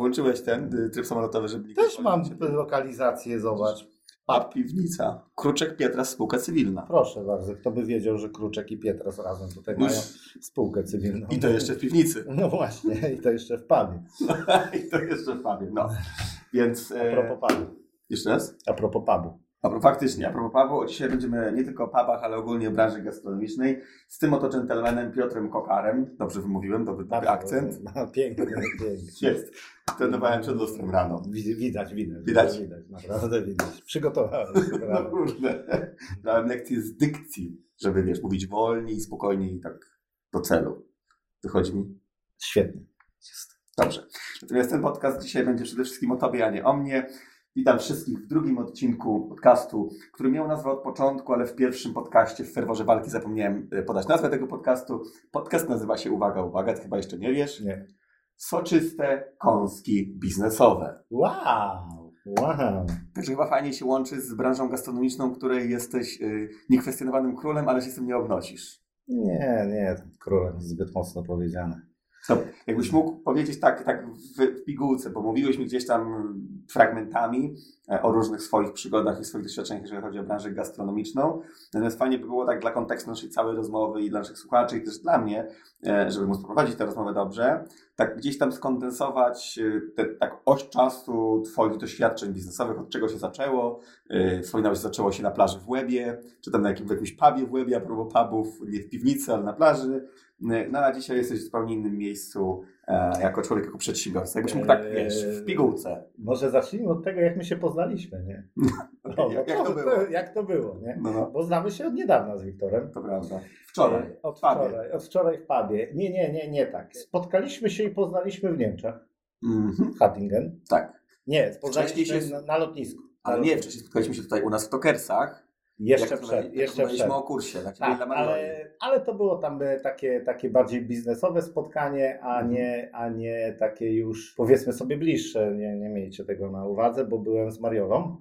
włączyłeś ten tryb samolotowy, żeby nikt Też mam lokalizację, zobacz. Piwnica. Kruczek Pietras, spółka cywilna. Proszę bardzo, kto by wiedział, że Kruczek i Pietras razem tutaj mają spółkę cywilną. I to jeszcze w piwnicy. No właśnie, i to jeszcze w pubie. I to jeszcze w pubie, no. Więc... A propos pubu. Jeszcze raz? A propos pubu. Faktycznie, a propos pubu, dzisiaj będziemy nie tylko o pubach, ale ogólnie o branży gastronomicznej. Z tym oto dżentelmenem Piotrem Kokarem. Dobrze wymówiłem, dobry akcent. No, pięknie. Jest. Trenowałem przed lustrem rano. Widać. Naprawdę widać. Przygotowałem się. No kurde. Dałem lekcję z dykcji, żeby mówić wolniej, spokojniej i tak do celu. Wychodzi mi? Świetnie. Dobrze. Natomiast ten podcast dzisiaj będzie przede wszystkim o tobie, a nie o mnie. Witam wszystkich w drugim odcinku podcastu, który miał nazwę od początku, ale w pierwszym podcaście w ferworze walki zapomniałem podać nazwę tego podcastu. Podcast nazywa się Uwaga, ty chyba jeszcze nie wiesz? Nie. Soczyste kąski biznesowe. Wow. Także chyba fajnie się łączy z branżą gastronomiczną, której jesteś niekwestionowanym królem, ale się z tym nie obnosisz. Nie, królem zbyt mocno powiedziane. To jakbyś mógł powiedzieć tak w pigułce, bo mówiłeś mi gdzieś tam fragmentami o różnych swoich przygodach i swoich doświadczeniach, jeżeli chodzi o branżę gastronomiczną. Natomiast fajnie by było tak dla kontekstu naszej całej rozmowy i dla naszych słuchaczy i też dla mnie, żeby móc prowadzić tę rozmowę dobrze, tak gdzieś tam skondensować tak oś czasu twoich doświadczeń biznesowych, od czego się zaczęło. Wspominałeś, że zaczęło się na plaży w Łebie, czy tam w jakimś pubie w Łebie, a propos pubów, nie w piwnicy, ale na plaży. No a dzisiaj jesteś w zupełnie innym miejscu jako człowiek, jako przedsiębiorca. Jakbyś mógł tak, w pigułce. Może zacznijmy od tego, jak my się poznaliśmy, nie? No, jak to było, nie? No. Bo znamy się od niedawna z Wiktorem. To prawda. Wczoraj. Od wczoraj w pubie. Nie tak. Spotkaliśmy się i poznaliśmy w Niemczech. Mhm. Hattingen. Tak. Nie, poznaliśmy na lotnisku. Ale nie, wcześniej spotkaliśmy się tutaj u nas w Tokersach. Jeszcze przed. o kursie. Tak, ale to było tam takie bardziej biznesowe spotkanie, a nie takie już, powiedzmy sobie, bliższe. Nie miejcie tego na uwadze, bo byłem z Mariolą.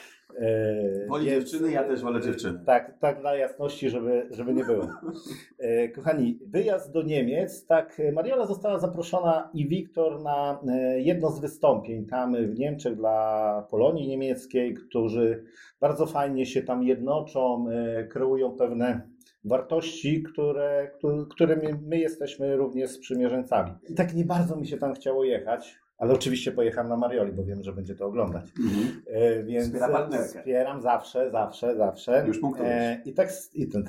Woli dziewczyny, ja też wolę dziewczyny. Tak dla jasności, żeby nie było. Kochani, wyjazd do Niemiec, tak, Mariola została zaproszona i Wiktor na jedno z wystąpień tam w Niemczech dla Polonii niemieckiej, którzy bardzo fajnie się tam jednoczą, kreują pewne wartości, którymi my jesteśmy również sprzymierzeńcami. I tak nie bardzo mi się tam chciało jechać. Ale oczywiście pojechałem na Marioli, bo wiem, że będzie to oglądać. Więc wspieram zawsze. Już punktujesz. I ten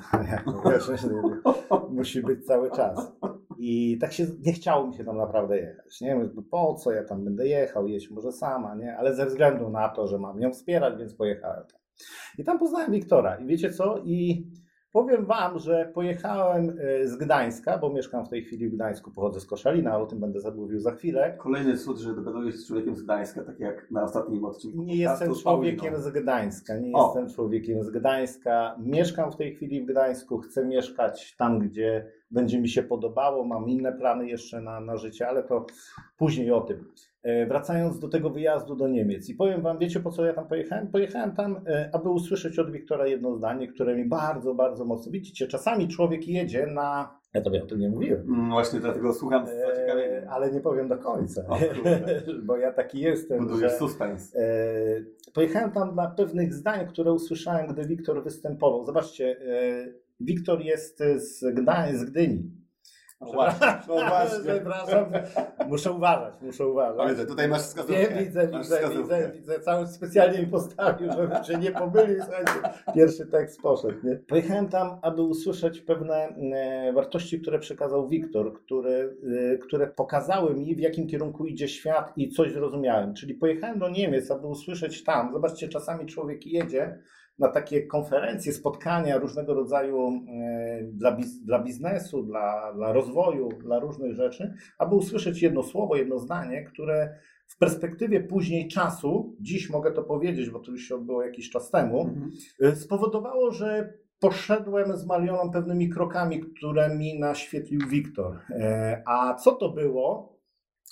musi być cały czas. I tak się nie chciało mi się tam naprawdę jechać. Nie wiem, po co ja tam będę jechał, jeść może sama, nie? Ale ze względu na to, że mam ją wspierać, więc pojechałem tam. I tam poznałem Wiktora. I wiecie co? I powiem wam, że pojechałem z Gdańska, bo mieszkam w tej chwili w Gdańsku, pochodzę z Koszalina, ale o tym będę mówił za chwilę. Kolejny cud, że dogadujesz się z człowiekiem z Gdańska, tak jak na ostatnim odcinku. Nie jestem człowiekiem z Gdańska, jestem człowiekiem z Gdańska. Mieszkam w tej chwili w Gdańsku, chcę mieszkać tam, gdzie będzie mi się podobało. Mam inne plany jeszcze na życie, ale to później o tym. Wracając do tego wyjazdu do Niemiec i powiem wam, wiecie po co ja tam pojechałem? Pojechałem tam, aby usłyszeć od Wiktora jedno zdanie, które mi bardzo, bardzo mocno... Widzicie, czasami człowiek jedzie na... Ja tobie o tym nie mówiłem. Właśnie dlatego słucham z zaciekawieniem. Ale nie powiem do końca, bo ja taki jestem. Budujesz suspens. Pojechałem tam dla pewnych zdań, które usłyszałem, gdy Wiktor występował. Zobaczcie, Wiktor jest z Gdyni. Przepraszam. Muszę uważać. Ale tutaj masz wskazówkę. Widzę. Cały specjalnie mi postawił, żeby się nie pomylił. Pierwszy tekst poszedł. Nie? Pojechałem tam, aby usłyszeć pewne wartości, które przekazał Wiktor, które pokazały mi, w jakim kierunku idzie świat i coś zrozumiałem. Czyli pojechałem do Niemiec, aby usłyszeć tam. Zobaczcie, czasami człowiek jedzie na takie konferencje, spotkania różnego rodzaju dla biznesu, dla rozwoju, dla różnych rzeczy, aby usłyszeć jedno słowo, jedno zdanie, które w perspektywie później czasu, dziś mogę to powiedzieć, bo to już się odbyło jakiś czas temu, spowodowało, że poszedłem z Marioną pewnymi krokami, które mi naświetlił Wiktor. A co to było?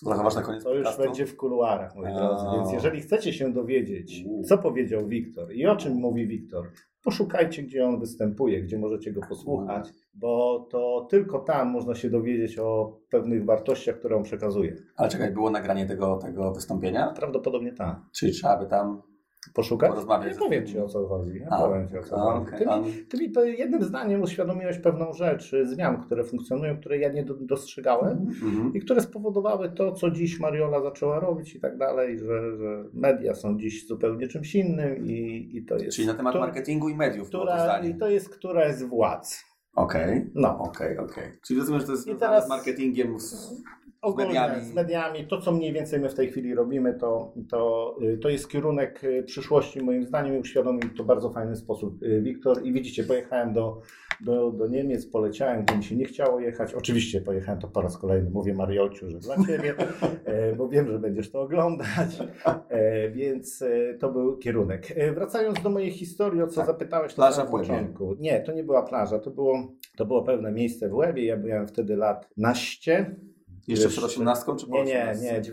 Zachowasz na koniec To już podcastu? będzie w kuluarach, moi drodzy. Więc jeżeli chcecie się dowiedzieć, co powiedział Wiktor i o czym mówi Wiktor, poszukajcie, gdzie on występuje, gdzie możecie go posłuchać, bo to tylko tam można się dowiedzieć o pewnych wartościach, które on przekazuje. Ale czekaj, było nagranie tego wystąpienia? Prawdopodobnie tak. Czyli trzeba by tam Poszukać? porozmawiać. Nie powiem Ci, o co chodzi. Powiem Ci, o co chodzi. Okay. Ty mi to jednym zdaniem uświadomiłeś pewną rzecz, zmian, które funkcjonują, które ja nie dostrzegałem i które spowodowały to, co dziś Mariola zaczęła robić i tak dalej, że media są dziś zupełnie czymś innym i to jest... Czyli na temat marketingu i mediów. I to jest, która jest władz. Okej. No. Okej. Czyli rozumiem, że to jest związane teraz z marketingiem, z mediami. To, co mniej więcej my w tej chwili robimy, to jest kierunek przyszłości moim zdaniem i uświadomił to w bardzo fajny sposób Wiktor. I widzicie, pojechałem do Niemiec, poleciałem, gdzie mi się nie chciało jechać. Oczywiście pojechałem to po raz kolejny, mówię Mariolciu, że dla Ciebie, bo wiem, że będziesz to oglądać, więc to był kierunek. Wracając do mojej historii, o co zapytałeś na samym początku. Nie, to nie była plaża, to było pewne miejsce w Łebie, ja byłem wtedy lat naście. Jeszcze przed 18 czy po 18? Nie,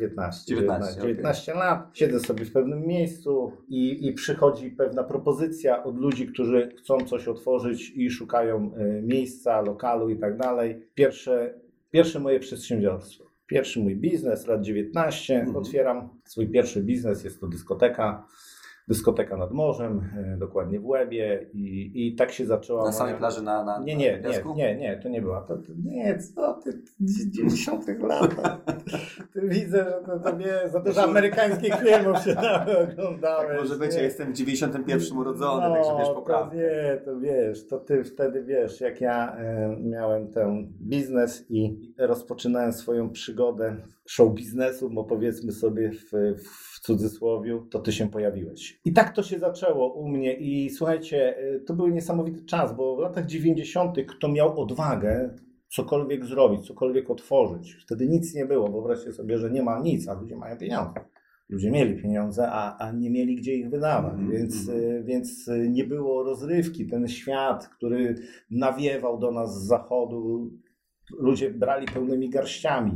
19 lat. Siedzę sobie w pewnym miejscu i przychodzi pewna propozycja od ludzi, którzy chcą coś otworzyć i szukają miejsca, lokalu i tak dalej. Pierwsze moje przedsiębiorstwo. Pierwszy mój biznes, lat 19. Otwieram swój pierwszy biznes, jest to dyskoteka nad morzem, dokładnie w Łebie i tak się zaczęła. Na samej plaży na Nie, to nie była. Nie, co ty, 90 latach. Ty widzę, że to nie za dużo amerykańskich filmów się oglądałeś. Tak może być, ja jestem w 91 urodzony, także wiesz poprawkę. To wiesz, to ty wtedy wiesz, jak ja miałem ten biznes i rozpoczynałem swoją przygodę show biznesu, bo powiedzmy sobie w cudzysłowiu, to ty się pojawiłeś. I tak to się zaczęło u mnie i słuchajcie, to był niesamowity czas, bo w latach 90. kto miał odwagę cokolwiek zrobić, cokolwiek otworzyć, wtedy nic nie było, wyobraźcie sobie, że nie ma nic, a ludzie mają pieniądze. Ludzie mieli pieniądze, a nie mieli gdzie ich wydawać, więc nie było rozrywki. Ten świat, który nawiewał do nas z zachodu, ludzie brali pełnymi garściami.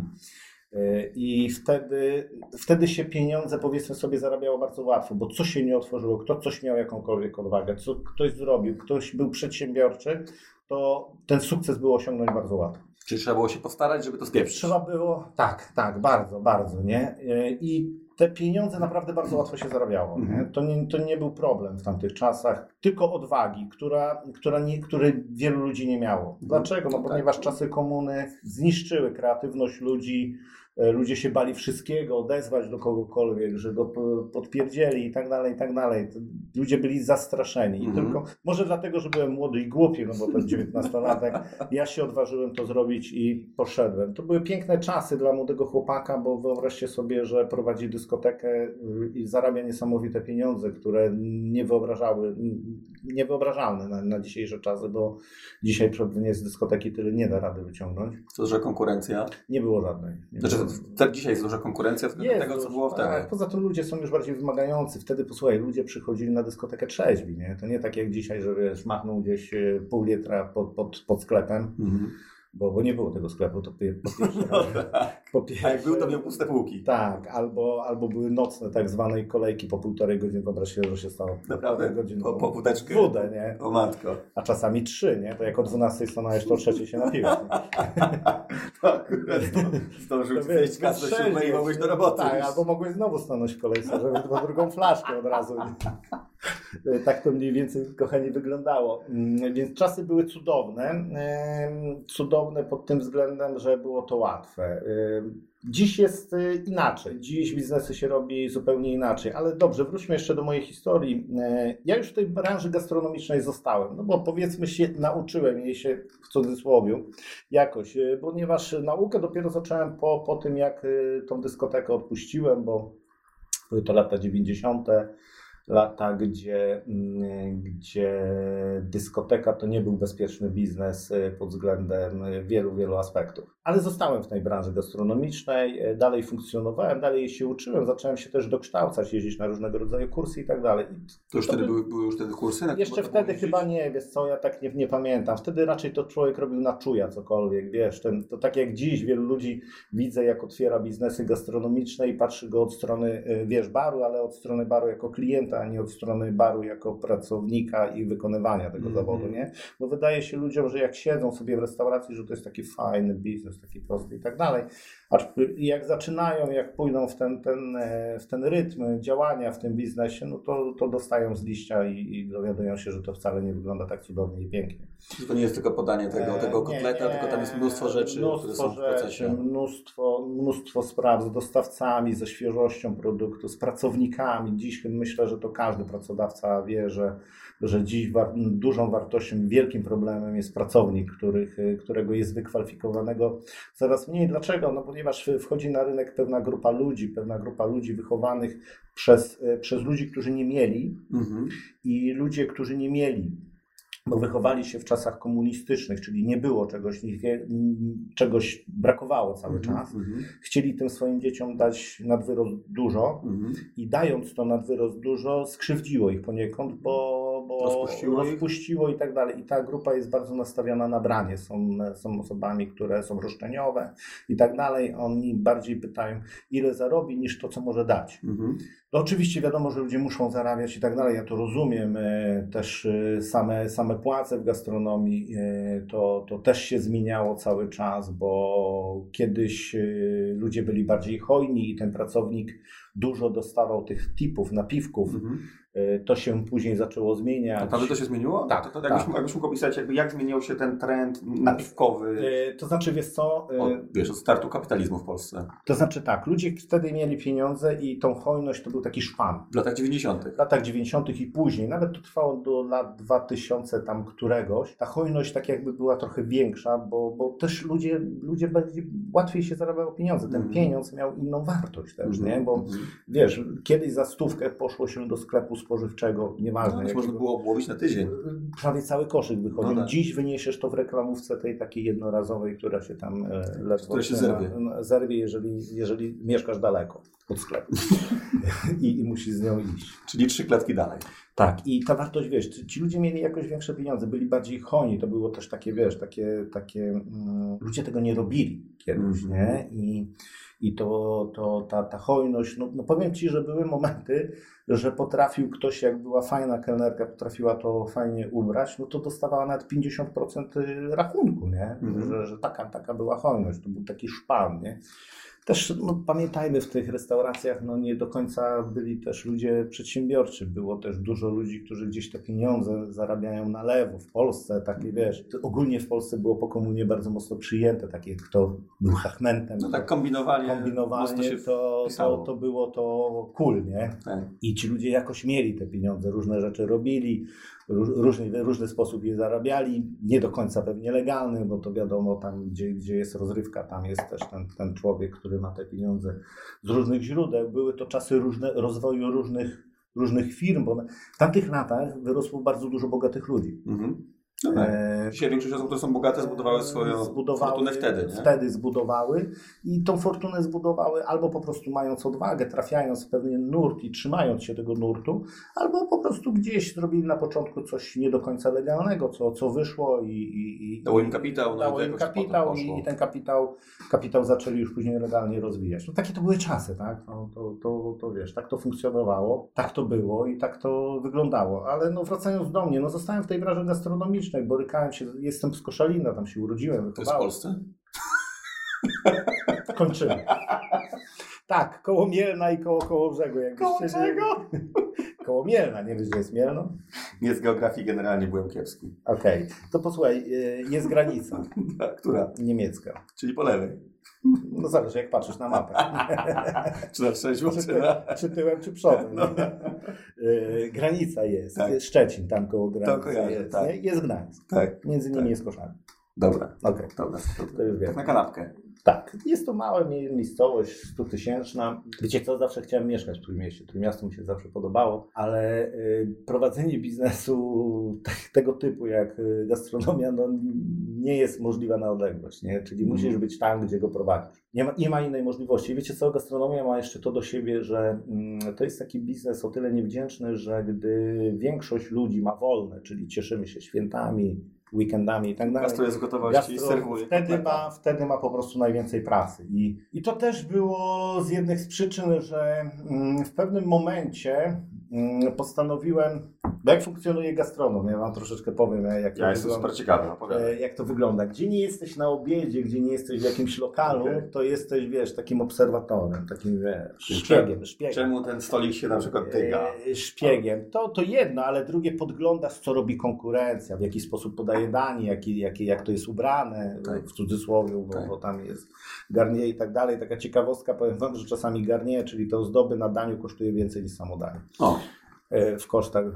I wtedy się pieniądze, powiedzmy sobie, zarabiało bardzo łatwo, bo co się nie otworzyło, kto coś miał jakąkolwiek odwagę, co ktoś zrobił, ktoś był przedsiębiorczy, to ten sukces było osiągnąć bardzo łatwo. Czyli trzeba było się postarać, żeby to spieprzyć? Trzeba było, tak, bardzo, nie? I te pieniądze naprawdę bardzo łatwo się zarabiało. Nie? To nie był problem w tamtych czasach, tylko odwagi, której wielu ludzi nie miało. Dlaczego? No ponieważ czasy komuny zniszczyły kreatywność ludzi, ludzie się bali wszystkiego, odezwać do kogokolwiek, że go podpierdzieli i tak dalej. Ludzie byli zastraszeni. I tylko, może dlatego, że byłem młody i głupi, no bo to 19-latek, ja się odważyłem to zrobić i poszedłem. To były piękne czasy dla młodego chłopaka, bo wyobraźcie sobie, że prowadzi dyskotekę i zarabia niesamowite pieniądze, które niewyobrażalne na dzisiejsze czasy, bo dzisiaj prowadzenie z dyskoteki tyle nie da rady wyciągnąć. Co, że konkurencja? Nie było żadnej. Tak dzisiaj jest duża konkurencja względem tego, co było wtedy. Tak, poza tym ludzie są już bardziej wymagający. Wtedy, posłuchaj, ludzie przychodzili na dyskotekę trzeźwi, nie? To nie tak jak dzisiaj, że wiesz, machnął gdzieś pół litra pod sklepem, bo nie było tego sklepu, to po pierwsze. A jak był, to miał puste półki. Tak, albo były nocne tak zwanej kolejki po 1,5 godziny, wyobraź się, że się stało. Naprawdę? Po wódeczkę? Wódę, nie? O matko. A czasami 3, nie? To jak o 12 stanąłeś, to o 3 się napiłeś. To akurat zdążył przejść kasę do 7 i mogłeś do roboty. Tak, albo mogłeś znowu stanąć w kolejce, żeby po drugą flaszkę od razu. Tak to mniej więcej, kochani, wyglądało. Więc czasy były cudowne. Cudowne pod tym względem, że było to łatwe. Dziś jest inaczej. Dziś biznesy się robi zupełnie inaczej. Ale dobrze, wróćmy jeszcze do mojej historii. Ja już w tej branży gastronomicznej zostałem, no bo powiedzmy się, nauczyłem jej się w cudzysłowie jakoś, ponieważ naukę dopiero zacząłem po tym, jak tą dyskotekę odpuściłem, bo były to lata 90. lata, gdzie dyskoteka to nie był bezpieczny biznes pod względem wielu aspektów. Ale zostałem w tej branży gastronomicznej, dalej funkcjonowałem, dalej się uczyłem, zacząłem się też dokształcać, jeździć na różnego rodzaju kursy i tak dalej. To już wtedy były już wtedy kursy? Jeszcze wtedy chyba nie, wiesz co, ja tak nie pamiętam. Wtedy raczej to człowiek robił na czuja cokolwiek, wiesz, to tak jak dziś wielu ludzi widzę, jak otwiera biznesy gastronomiczne i patrzy go od strony, wiesz, baru, ale od strony baru jako klienta, a nie od strony baru jako pracownika i wykonywania tego zawodu, nie? Bo wydaje się ludziom, że jak siedzą sobie w restauracji, że to jest taki fajny biznes, taki prosty i tak dalej. Acz jak zaczynają, jak pójdą w ten rytm działania w tym biznesie, no to dostają z liścia i dowiadują się, że to wcale nie wygląda tak cudownie i pięknie. To nie jest tylko podanie tego kotleta, tylko tam jest mnóstwo rzeczy, które są w procesie. Mnóstwo spraw z dostawcami, ze świeżością produktu, z pracownikami. Dziś myślę, że to każdy pracodawca wie, że dziś dużą wartością, wielkim problemem jest pracownik, którego jest wykwalifikowanego coraz mniej. Dlaczego? No ponieważ wchodzi na rynek pewna grupa ludzi wychowanych przez ludzi, którzy nie mieli i ludzie, którzy nie mieli, bo wychowali się w czasach komunistycznych, czyli nie było czegoś brakowało cały czas. Chcieli tym swoim dzieciom dać nadwyrost dużo i dając to nadwyrost dużo, skrzywdziło ich poniekąd, bo rozpuściło i tak dalej. I ta grupa jest bardzo nastawiona na branie. Są osobami, które są roszczeniowe i tak dalej. Oni bardziej pytają, ile zarobi, niż to, co może dać. No oczywiście wiadomo, że ludzie muszą zarabiać i tak dalej. Ja to rozumiem. Też same płace w gastronomii to też się zmieniało cały czas, bo kiedyś ludzie byli bardziej hojni i ten pracownik dużo dostawał tych tipów, napiwków. To się później zaczęło zmieniać. Naprawdę to się zmieniło? Tak. Jakbyś mógł opisać, jak zmieniał się ten trend napiwkowy? To znaczy, wiesz co? Od startu kapitalizmu w Polsce. To znaczy tak, ludzie wtedy mieli pieniądze i tą hojność to był taki szpan. W latach 90. W latach 90. i później, nawet to trwało do lat 2000 tam któregoś. Ta hojność tak jakby była trochę większa, bo też ludzie łatwiej się zarabiało pieniądze. Ten pieniądz miał inną wartość też, nie? Bo wiesz, kiedyś za 100 poszło się do sklepu spożywczego, nieważne. Można było obłowić na tydzień. Prawie cały koszyk wychodził. Tak. Dziś wyniesiesz to w reklamówce tej takiej jednorazowej, która się tam ledwo zerwie, jeżeli mieszkasz daleko od sklepu i musisz z nią iść. Czyli 3 klatki dalej. Tak, i ta wartość, wiesz, ci ludzie mieli jakoś większe pieniądze, byli bardziej hojni, to było też takie, wiesz, ludzie tego nie robili kiedyś, nie? I ta hojność, no powiem Ci, że były momenty, że potrafił ktoś, jak była fajna kelnerka, potrafiła to fajnie ubrać, no to dostawała nawet 50% rachunku, nie? Że taka była hojność, to był taki szpan, nie? Też pamiętajmy, w tych restauracjach nie do końca byli też ludzie przedsiębiorczy. Było też dużo ludzi, którzy gdzieś te pieniądze zarabiają na lewo. W Polsce takie, wiesz, ogólnie w Polsce było po komunie bardzo mocno przyjęte, takie kto był hachmentem. No tak kombinowanie to było to cool, nie? Tak. I ci ludzie jakoś mieli te pieniądze, różne rzeczy robili, w różny sposób je zarabiali, nie do końca pewnie legalny, bo to wiadomo, tam gdzie jest rozrywka, tam jest też ten człowiek, który ma te pieniądze z różnych źródeł. Były to czasy rozwoju różnych firm, bo w tamtych latach wyrosło bardzo dużo bogatych ludzi. No tak. Dzisiaj większość osób, które są bogate, zbudowały swoją fortunę wtedy, nie? Wtedy zbudowały i tą fortunę zbudowały albo po prostu mając odwagę, trafiając w pewien nurt i trzymając się tego nurtu, albo po prostu gdzieś zrobili na początku coś nie do końca legalnego, co wyszło i dało im kapitał, i ten kapitał zaczęli już później legalnie rozwijać. No takie to były czasy, tak? To wiesz, tak to funkcjonowało, tak to było i tak to wyglądało. Ale wracając do mnie, zostałem w tej branży gastronomicznej, borykałem się, jestem z Koszalina, tam się urodziłem. To jest w Polsce? Kończymy. Tak, koło Mielna i koło Brzegu. Koło czego? Koło Mielna, nie wiesz, gdzie jest Mielno? Nie, z geografii generalnie byłem kiepski. Okej, to posłuchaj, jest granica. Która? Niemiecka. Czyli po lewej. No zależy, jak patrzysz na mapę. Czy na trzeźwo, czy tyłem, czy przodem. Granica jest. Tak. Szczecin, tam koło granicy jest. Tak. Jest Gdańsk. Tak. Między nimi jest Koszalin. Dobra, Okej. dobra. To już wiem. Tak na kanapkę. Tak, jest to mała miejscowość, 100-tysięczna. Wiecie co, zawsze chciałem mieszkać w Trójmieście. Trójmiasto mi się zawsze podobało, ale prowadzenie biznesu tego typu jak gastronomia nie jest możliwa na odległość, nie? Czyli musisz być tam, gdzie go prowadzisz. Nie ma innej możliwości. Wiecie co, gastronomia ma jeszcze to do siebie, że to jest taki biznes o tyle niewdzięczny, że gdy większość ludzi ma wolne, czyli cieszymy się świętami, weekendami i tak dalej. Gastro jest w gotowości, serwuje. Wtedy ma po prostu najwięcej pracy. I to też było z jednych z przyczyn, że w pewnym momencie postanowiłem, jak funkcjonuje gastronom. Ja wam troszeczkę powiem, Ja jestem super ciekawy, jak to wygląda. Gdzie nie jesteś na obiedzie, gdzie nie jesteś w jakimś lokalu, to jesteś, wiesz, takim obserwatorem, takim szpiegiem. Czemu ten stolik się na przykład tyga? Szpiegiem. To jedno, ale drugie podglądasz, co robi konkurencja, w jaki sposób podaje danie, jak to jest ubrane, w cudzysłowie, bo tam jest garnier i tak dalej. Taka ciekawostka, powiem wam, że czasami garnier, czyli te ozdoby na daniu kosztuje więcej niż samo danie. W kosztach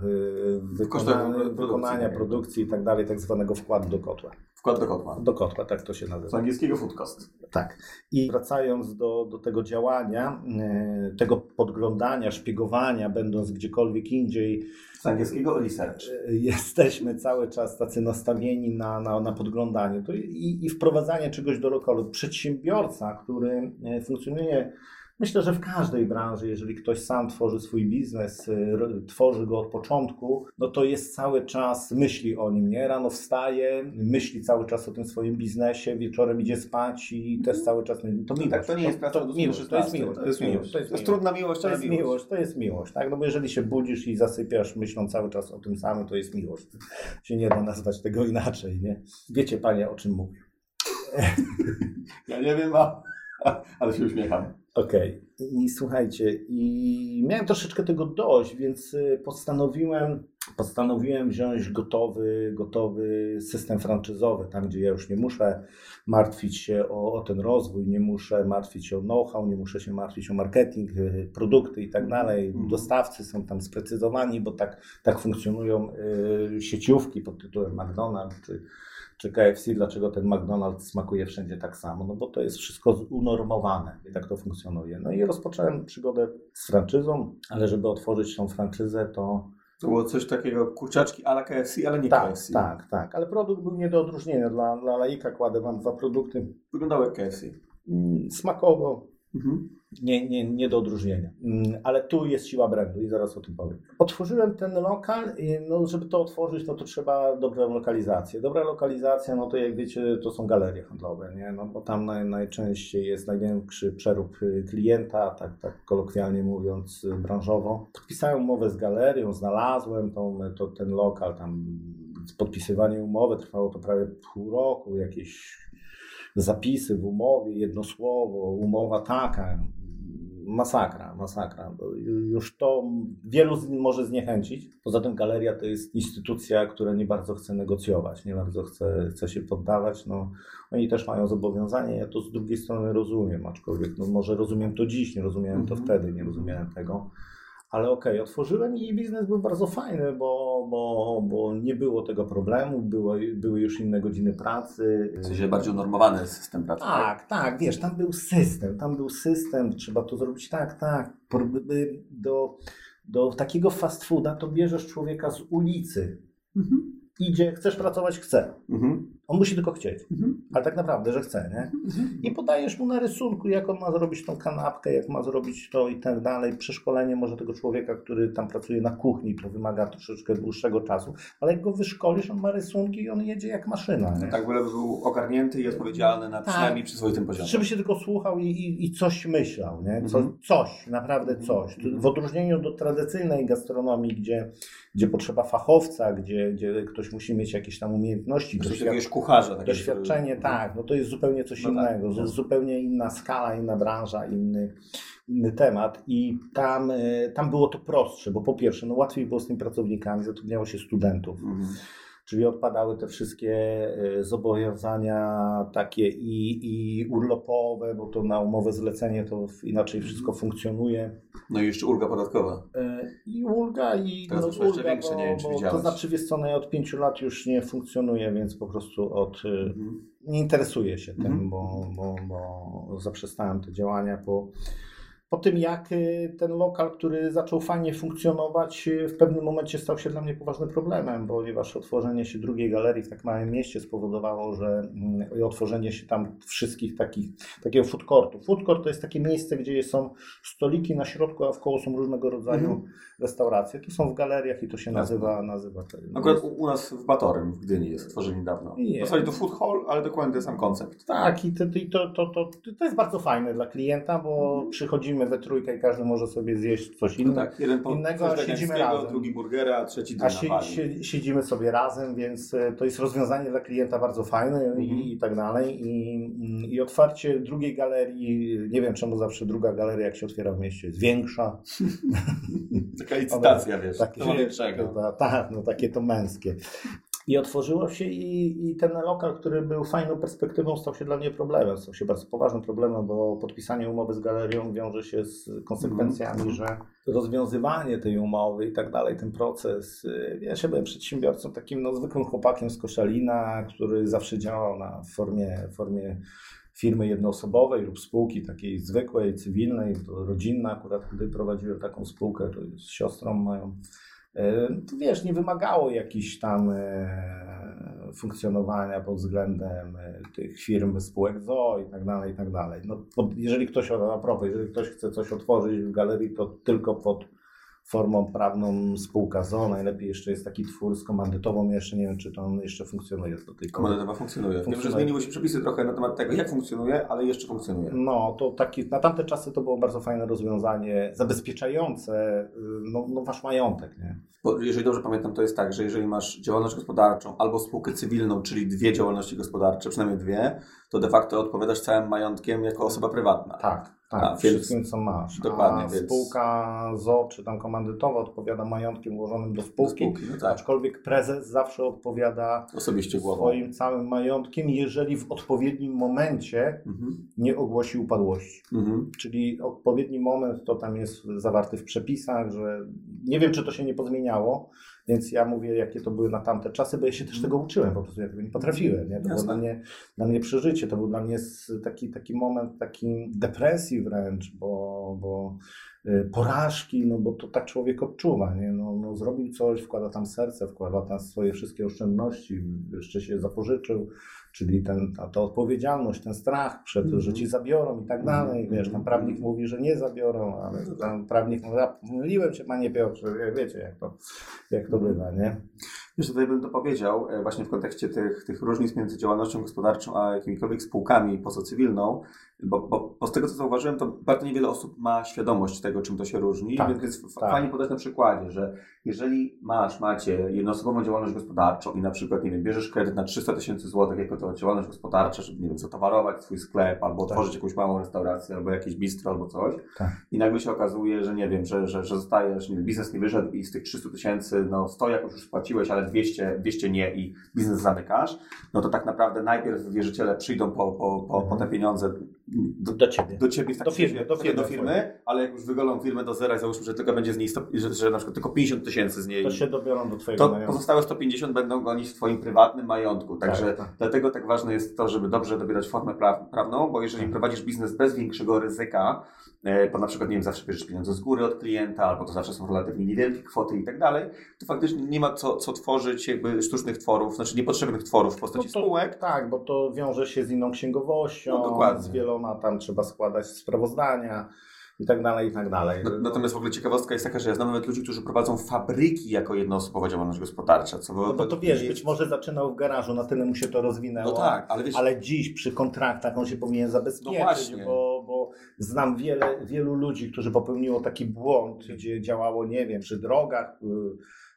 wykonania produkcji i tak dalej, tak zwanego wkładu do kotła. Wkład do kotła. Do kotła, tak to się nazywa. Z angielskiego food cost. Tak. I wracając do tego działania, tego podglądania, szpiegowania, będąc gdziekolwiek indziej. Z angielskiego research. Jesteśmy cały czas tacy nastawieni na podglądanie i wprowadzanie czegoś do lokalu. Przedsiębiorca, który funkcjonuje, myślę, że w każdej branży, jeżeli ktoś sam tworzy swój biznes, tworzy go od początku, no to jest cały czas, myśli o nim, nie? Rano wstaje, myśli cały czas o tym swoim biznesie, wieczorem idzie spać i też cały czas to miłość. Tak, to nie jest praca, to jest miłość. To jest trudna miłość, to jest miłość. To jest miłość, tak? No bo jeżeli się budzisz i zasypiasz myślą cały czas o tym samym, to jest miłość. Się nie da nazwać tego inaczej, nie? Wiecie panie, o czym mówię. Ja nie wiem, ale się uśmiecham. Okej. I słuchajcie, i miałem troszeczkę tego dość, więc postanowiłem wziąć gotowy system franczyzowy, tam gdzie ja już nie muszę martwić się o ten rozwój, nie muszę martwić się o know-how, nie muszę się martwić o marketing, produkty i tak dalej. Dostawcy są tam sprecyzowani, bo tak funkcjonują sieciówki pod tytułem McDonald's czy KFC, dlaczego ten McDonald's smakuje wszędzie tak samo? No bo to jest wszystko unormowane i tak to funkcjonuje. No i rozpocząłem przygodę z franczyzą, ale żeby otworzyć tą franczyzę, to było coś takiego, kurczaczki a la KFC, ale nie KFC. Tak, ale produkt był nie do odróżnienia. Dla laika kładę wam dwa produkty. Wyglądały jak KFC. Smakowo. Nie do odróżnienia. Ale tu jest siła brandu i zaraz o tym powiem. Otworzyłem ten lokal, no żeby to otworzyć, no to trzeba dobrą lokalizację. Dobra lokalizacja, no to jak wiecie, to są galerie handlowe, nie? No bo tam najczęściej jest największy przerób klienta, tak kolokwialnie mówiąc, branżowo. Podpisałem umowę z galerią, znalazłem ten lokal, tam podpisywanie umowy trwało to prawie pół roku, jakieś zapisy w umowie, jedno słowo, umowa taka, masakra. Już to wielu może zniechęcić. Poza tym galeria to jest instytucja, która nie bardzo chce negocjować, nie bardzo chce się poddawać. No, oni też mają zobowiązanie, ja to z drugiej strony rozumiem, aczkolwiek no, może rozumiem to dziś, nie rozumiałem to wtedy, nie rozumiałem tego. Ale okej, otworzyłem i biznes był bardzo fajny, bo nie było tego problemu, były już inne godziny pracy. W sensie bardziej unormowany system pracy. Tak, wiesz, tam był system, trzeba to zrobić tak. Do takiego fast fooda to bierzesz człowieka z ulicy. Idzie, chcesz pracować, chce. On musi tylko chcieć. Ale tak naprawdę, że chce, nie? I podajesz mu na rysunku, jak on ma zrobić tą kanapkę, jak ma zrobić to i tak dalej. Przeszkolenie może tego człowieka, który tam pracuje na kuchni, to wymaga troszeczkę dłuższego czasu. Ale jak go wyszkolisz, on ma rysunki i on jedzie jak maszyna, nie? Tak, byle był ogarnięty i odpowiedzialny na przynajmniej przyzwoitym poziomie. Żeby się tylko słuchał i coś myślał, nie? Coś, naprawdę coś. W odróżnieniu do tradycyjnej gastronomii, gdzie potrzeba fachowca, gdzie ktoś musi mieć jakieś tam umiejętności. Jakiegoś kucharza. Doświadczenie, tak, no to jest zupełnie coś innego. Tak. Zupełnie inna skala, inna branża, inny temat. I tam było to prostsze, bo po pierwsze, no łatwiej było z tymi pracownikami, zatrudniało się studentów. czyli odpadały te wszystkie zobowiązania takie i urlopowe, bo to na umowę zlecenie to inaczej wszystko funkcjonuje. No i jeszcze ulga podatkowa. I ulga, i to jest jeszcze większe, nie wiem, czy widziałeś. to znaczy, wiesz co, od 5 lat już nie funkcjonuje, więc po prostu nie interesuję się tym, bo zaprzestałem te działania po tym, jak ten lokal, który zaczął fajnie funkcjonować, w pewnym momencie stał się dla mnie poważnym problemem, ponieważ otworzenie się drugiej galerii w tak małym mieście spowodowało, że otworzenie się tam wszystkich takiego food courtu. Food court to jest takie miejsce, gdzie są stoliki na środku, a wkoło są różnego rodzaju restauracje. To są w galeriach i to się nazywa Akurat u nas w Batorym w Gdyni jest otworzenie niedawno. W zasadzie to food hall, ale dokładnie ten sam koncept. Tak, i to jest bardzo fajne dla klienta, bo przychodzimy we trójkę i każdy może sobie zjeść coś innego, tak, jeden a siedzimy razem. Drugi burgera, trzeci siedzimy sobie razem, więc to jest rozwiązanie dla klienta bardzo fajne i tak dalej. I otwarcie drugiej galerii, nie wiem czemu zawsze druga galeria, jak się otwiera w mieście, jest większa. Taka licytacja, wiesz, to większego. Tak, no takie to męskie. I otworzyło się i ten lokal, który był fajną perspektywą, stał się dla mnie problemem. Stał się bardzo poważnym problemem, bo podpisanie umowy z galerią wiąże się z konsekwencjami, że rozwiązywanie tej umowy i tak dalej, ten proces. Ja byłem przedsiębiorcą, takim zwykłym chłopakiem z Koszalina, który zawsze działał w formie firmy jednoosobowej lub spółki takiej zwykłej, cywilnej, rodzinna. Akurat gdy prowadziłem taką spółkę, to z siostrą moją. To wiesz, nie wymagało jakichś tam funkcjonowania pod względem tych firm, spółek ZOO i tak dalej, i tak dalej. No, jeżeli ktoś chce coś otworzyć w galerii, to tylko pod formą prawną spółka ZOO. Najlepiej jeszcze jest taki twór z komandytową. Ja jeszcze nie wiem, czy to on jeszcze funkcjonuje do tej pory. Komandytowa funkcjonuje. Wiem, że zmieniły się przepisy trochę na temat tego, jak funkcjonuje, ale jeszcze funkcjonuje. No, to na tamte czasy to było bardzo fajne rozwiązanie, zabezpieczające wasz majątek, nie? Bo jeżeli dobrze pamiętam, to jest tak, że jeżeli masz działalność gospodarczą albo spółkę cywilną, czyli dwie działalności gospodarcze, przynajmniej dwie, to de facto odpowiadasz całym majątkiem jako osoba prywatna. Tak, wszystkim co masz. Dokładnie. Spółka ZOO czy tam komandytowa odpowiada majątkiem włożonym do spółki, aczkolwiek prezes zawsze odpowiada osobiście swoim całym majątkiem, jeżeli w odpowiednim momencie nie ogłosi upadłości. Czyli odpowiedni moment to tam jest zawarty w przepisach, że nie wiem, czy to się nie pozmieniało, więc ja mówię, jakie to były na tamte czasy, bo ja się też tego uczyłem, po prostu ja tego nie potrafiłem. Nie? To było dla mnie przeżycie, to był dla mnie taki moment takiej depresji wręcz, bo porażki, bo to tak człowiek odczuwa. Nie? No, zrobił coś, wkłada tam serce, wkłada tam swoje wszystkie oszczędności, jeszcze się zapożyczył, czyli ta odpowiedzialność, ten strach przed, że ci zabiorą i tak dalej. Wiesz, tam prawnik mówi, że nie zabiorą, ale tam prawnik mówi, pomyliłem się, panie Piotrze, wiecie jak to bywa, nie? Jeszcze tutaj bym to powiedział, właśnie w kontekście tych różnic między działalnością gospodarczą a jakimikolwiek spółkami pozacywilną, bo z tego co zauważyłem, to bardzo niewiele osób ma świadomość tego, czym to się różni, więc fajnie podać na przykładzie, że jeżeli macie jednoosobową działalność gospodarczą i na przykład, nie wiem, bierzesz kredyt na 300 000 złotych jako to działalność gospodarcza, żeby, nie wiem, zatowarować swój sklep, albo otworzyć jakąś małą restaurację, albo jakieś bistro, albo coś, i nagle się okazuje, że nie wiem, że zostajesz, nie wiem, biznes nie wyszedł i z tych 300 000, 100 jakoś już spłaciłeś, ale 200 nie i biznes zamykasz, no to tak naprawdę najpierw wierzyciele przyjdą po te pieniądze do ciebie do firmy, ale jak już wygolą firmę do zera i załóżmy, że tylko będzie z niej że na przykład tylko 50 000 z niej, to się dobiorą do twojego majątku. Pozostałe 150 będą gonić w twoim prywatnym majątku. Także dlatego tak ważne jest to, żeby dobrze dobierać formę prawną, bo jeżeli prowadzisz biznes bez większego ryzyka, bo na przykład, nie wiem, zawsze bierzesz pieniądze z góry od klienta, albo to zawsze są relatywnie niewielkie kwoty i tak dalej, to faktycznie nie ma co tworzyć jakby sztucznych tworów, znaczy niepotrzebnych tworów w postaci spółek. Tak, bo to wiąże się z inną księgowością, z wieloma tam trzeba składać sprawozdania i tak dalej, i tak dalej. Natomiast w ogóle ciekawostka jest taka, że ja znam nawet ludzi, którzy prowadzą fabryki jako jednoosobowa działalność gospodarcza. Bo to wiesz, być może zaczynał w garażu, na tyle mu się to rozwinęło, ale dziś przy kontraktach on się powinien zabezpieczyć, bo znam wielu ludzi, którzy popełniło taki błąd, gdzie działało, nie wiem, przy drogach,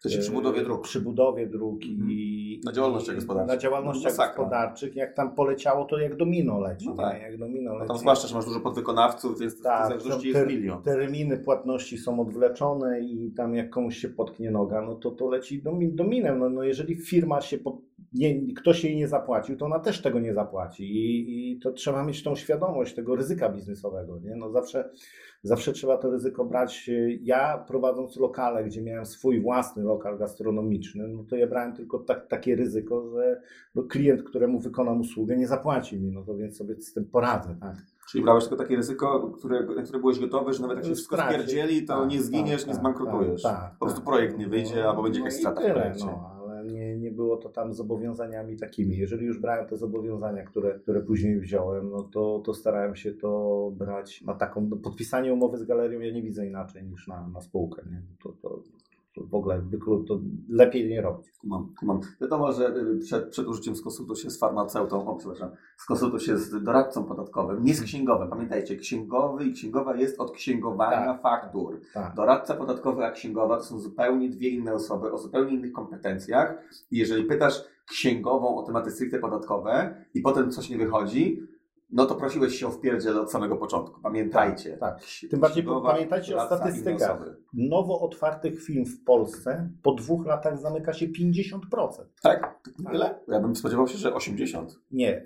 To się przy budowie dróg. Przy budowie dróg i na działalnościach gospodarczych. Na działalnościach gospodarczych. Jak tam poleciało, to jak domino leci. No tak. Jak domino leci. Tam zwłaszcza, że masz dużo podwykonawców, więc tak, to jest milion. Terminy płatności są odwleczone i tam jak komuś się potknie noga, no to leci dominem. No jeżeli firma się ktoś jej nie zapłacił, to ona też tego nie zapłaci i to trzeba mieć tą świadomość tego ryzyka biznesowego. Nie? No zawsze trzeba to ryzyko brać. Ja prowadząc lokale, gdzie miałem swój własny lokal gastronomiczny, no to ja brałem tylko takie ryzyko, że klient, któremu wykonam usługę, nie zapłaci mi, no to więc sobie z tym poradzę. Tak? Czyli brałeś tylko takie ryzyko, na które byłeś gotowy, że nawet jak się wszystko spierdzieli, to nie zginiesz, nie zbankrutujesz. Po prostu projekt nie wyjdzie, albo będzie jakaś strata w projekcie. Ale nie było to tam zobowiązaniami takimi. Jeżeli już brałem te zobowiązania, które później wziąłem, no to starałem się to brać na taką, podpisanie umowy z galerią ja nie widzę inaczej niż na spółkę. Nie? To w ogóle to lepiej nie robić. Kumam. Wiadomo, że przed użyciem skonsultuj się z farmaceutą, skonsultuj się z doradcą podatkowym, nie z księgowym. Pamiętajcie, księgowy i księgowa jest od księgowania faktur. Tak. Doradca podatkowy a księgowa to są zupełnie dwie inne osoby o zupełnie innych kompetencjach i jeżeli pytasz księgową o tematy stricte podatkowe i potem coś nie wychodzi, no to prosiłeś się o wpierdziel od samego początku. Pamiętajcie. Tak. Tym bardziej pamiętajcie o statystykach. Nowo otwartych firm w Polsce po 2 latach zamyka się 50%. Tak? Ile? Ja bym spodziewał się, że 80%. Nie,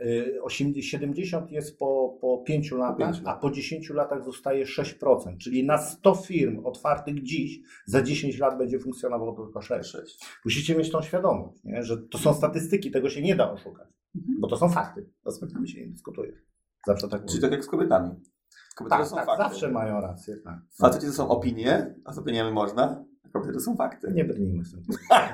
70% jest po 5 latach, a po 10 latach zostaje 6%. Czyli na 100 firm otwartych dziś za 10 lat będzie funkcjonowało tylko 6. Musicie mieć tą świadomość, nie? Że to są statystyki, tego się nie da oszukać. Bo to są fakty. Z faktami się nie dyskutuje. Zawsze tak. Czyli tak jak z kobietami. Kobiety to są fakty. Zawsze mają rację. Tak. Faceci to są opinie, a z opiniami można, a kobiety to są fakty. Nie brnijmy z tym.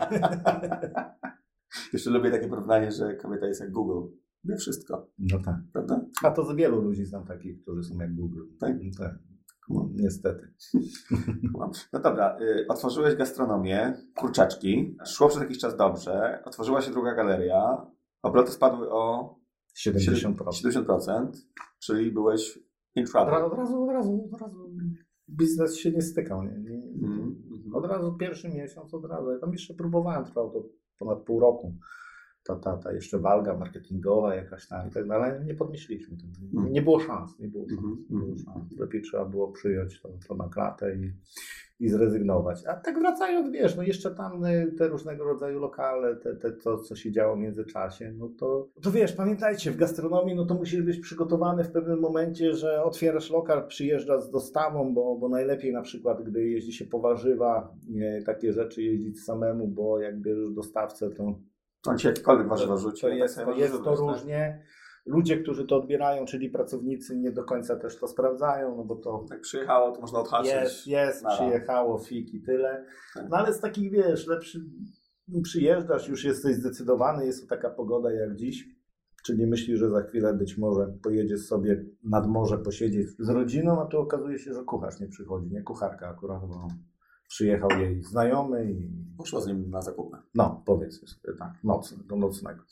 Jeszcze lubię takie porównanie, że kobieta jest jak Google. Wie wszystko. No tak. Prawda? A to za wielu ludzi znam takich, którzy są jak Google. Tak? Tak. Niestety. No dobra, otworzyłeś gastronomię, kurczaczki, szło przez jakiś czas dobrze, otworzyła się druga galeria, obroty spadły o 70%, czyli byłeś in trouble. Od razu biznes się nie stykał. Nie? Od razu pierwszy miesiąc, Ja tam jeszcze próbowałem, trwało to ponad pół roku. Ta jeszcze walka marketingowa jakaś tam i tak dalej, nie podnieśliśmy tego. Nie było szans. Lepiej trzeba było przyjąć to na klatę i zrezygnować. A tak wracając, wiesz, no jeszcze tam te różnego rodzaju lokale, to co się działo w międzyczasie, no to wiesz, pamiętajcie, w gastronomii no to musisz być przygotowany w pewnym momencie, że otwierasz lokal, przyjeżdża z dostawą, bo najlepiej na przykład, gdy jeździ się po warzywa, takie rzeczy jeździć samemu, bo jak bierzesz dostawcę, to on ci jakiekolwiek warzywa rzuci. Jest to różnie. Ludzie, którzy to odbierają, czyli pracownicy, nie do końca też to sprawdzają, no bo to... Jak przyjechało, to można odhaczyć. Przyjechało, fik i tyle. No ale z takich, wiesz, przyjeżdżasz, już jesteś zdecydowany, jest to taka pogoda jak dziś, czyli myślisz, że za chwilę być może pojedziesz sobie nad morze posiedzieć z rodziną, a tu okazuje się, że kucharz nie przychodzi, nie kucharka akurat, bo przyjechał jej znajomy i... Poszła z nim na zakupy. No, powiedzmy sobie tak, do nocnego.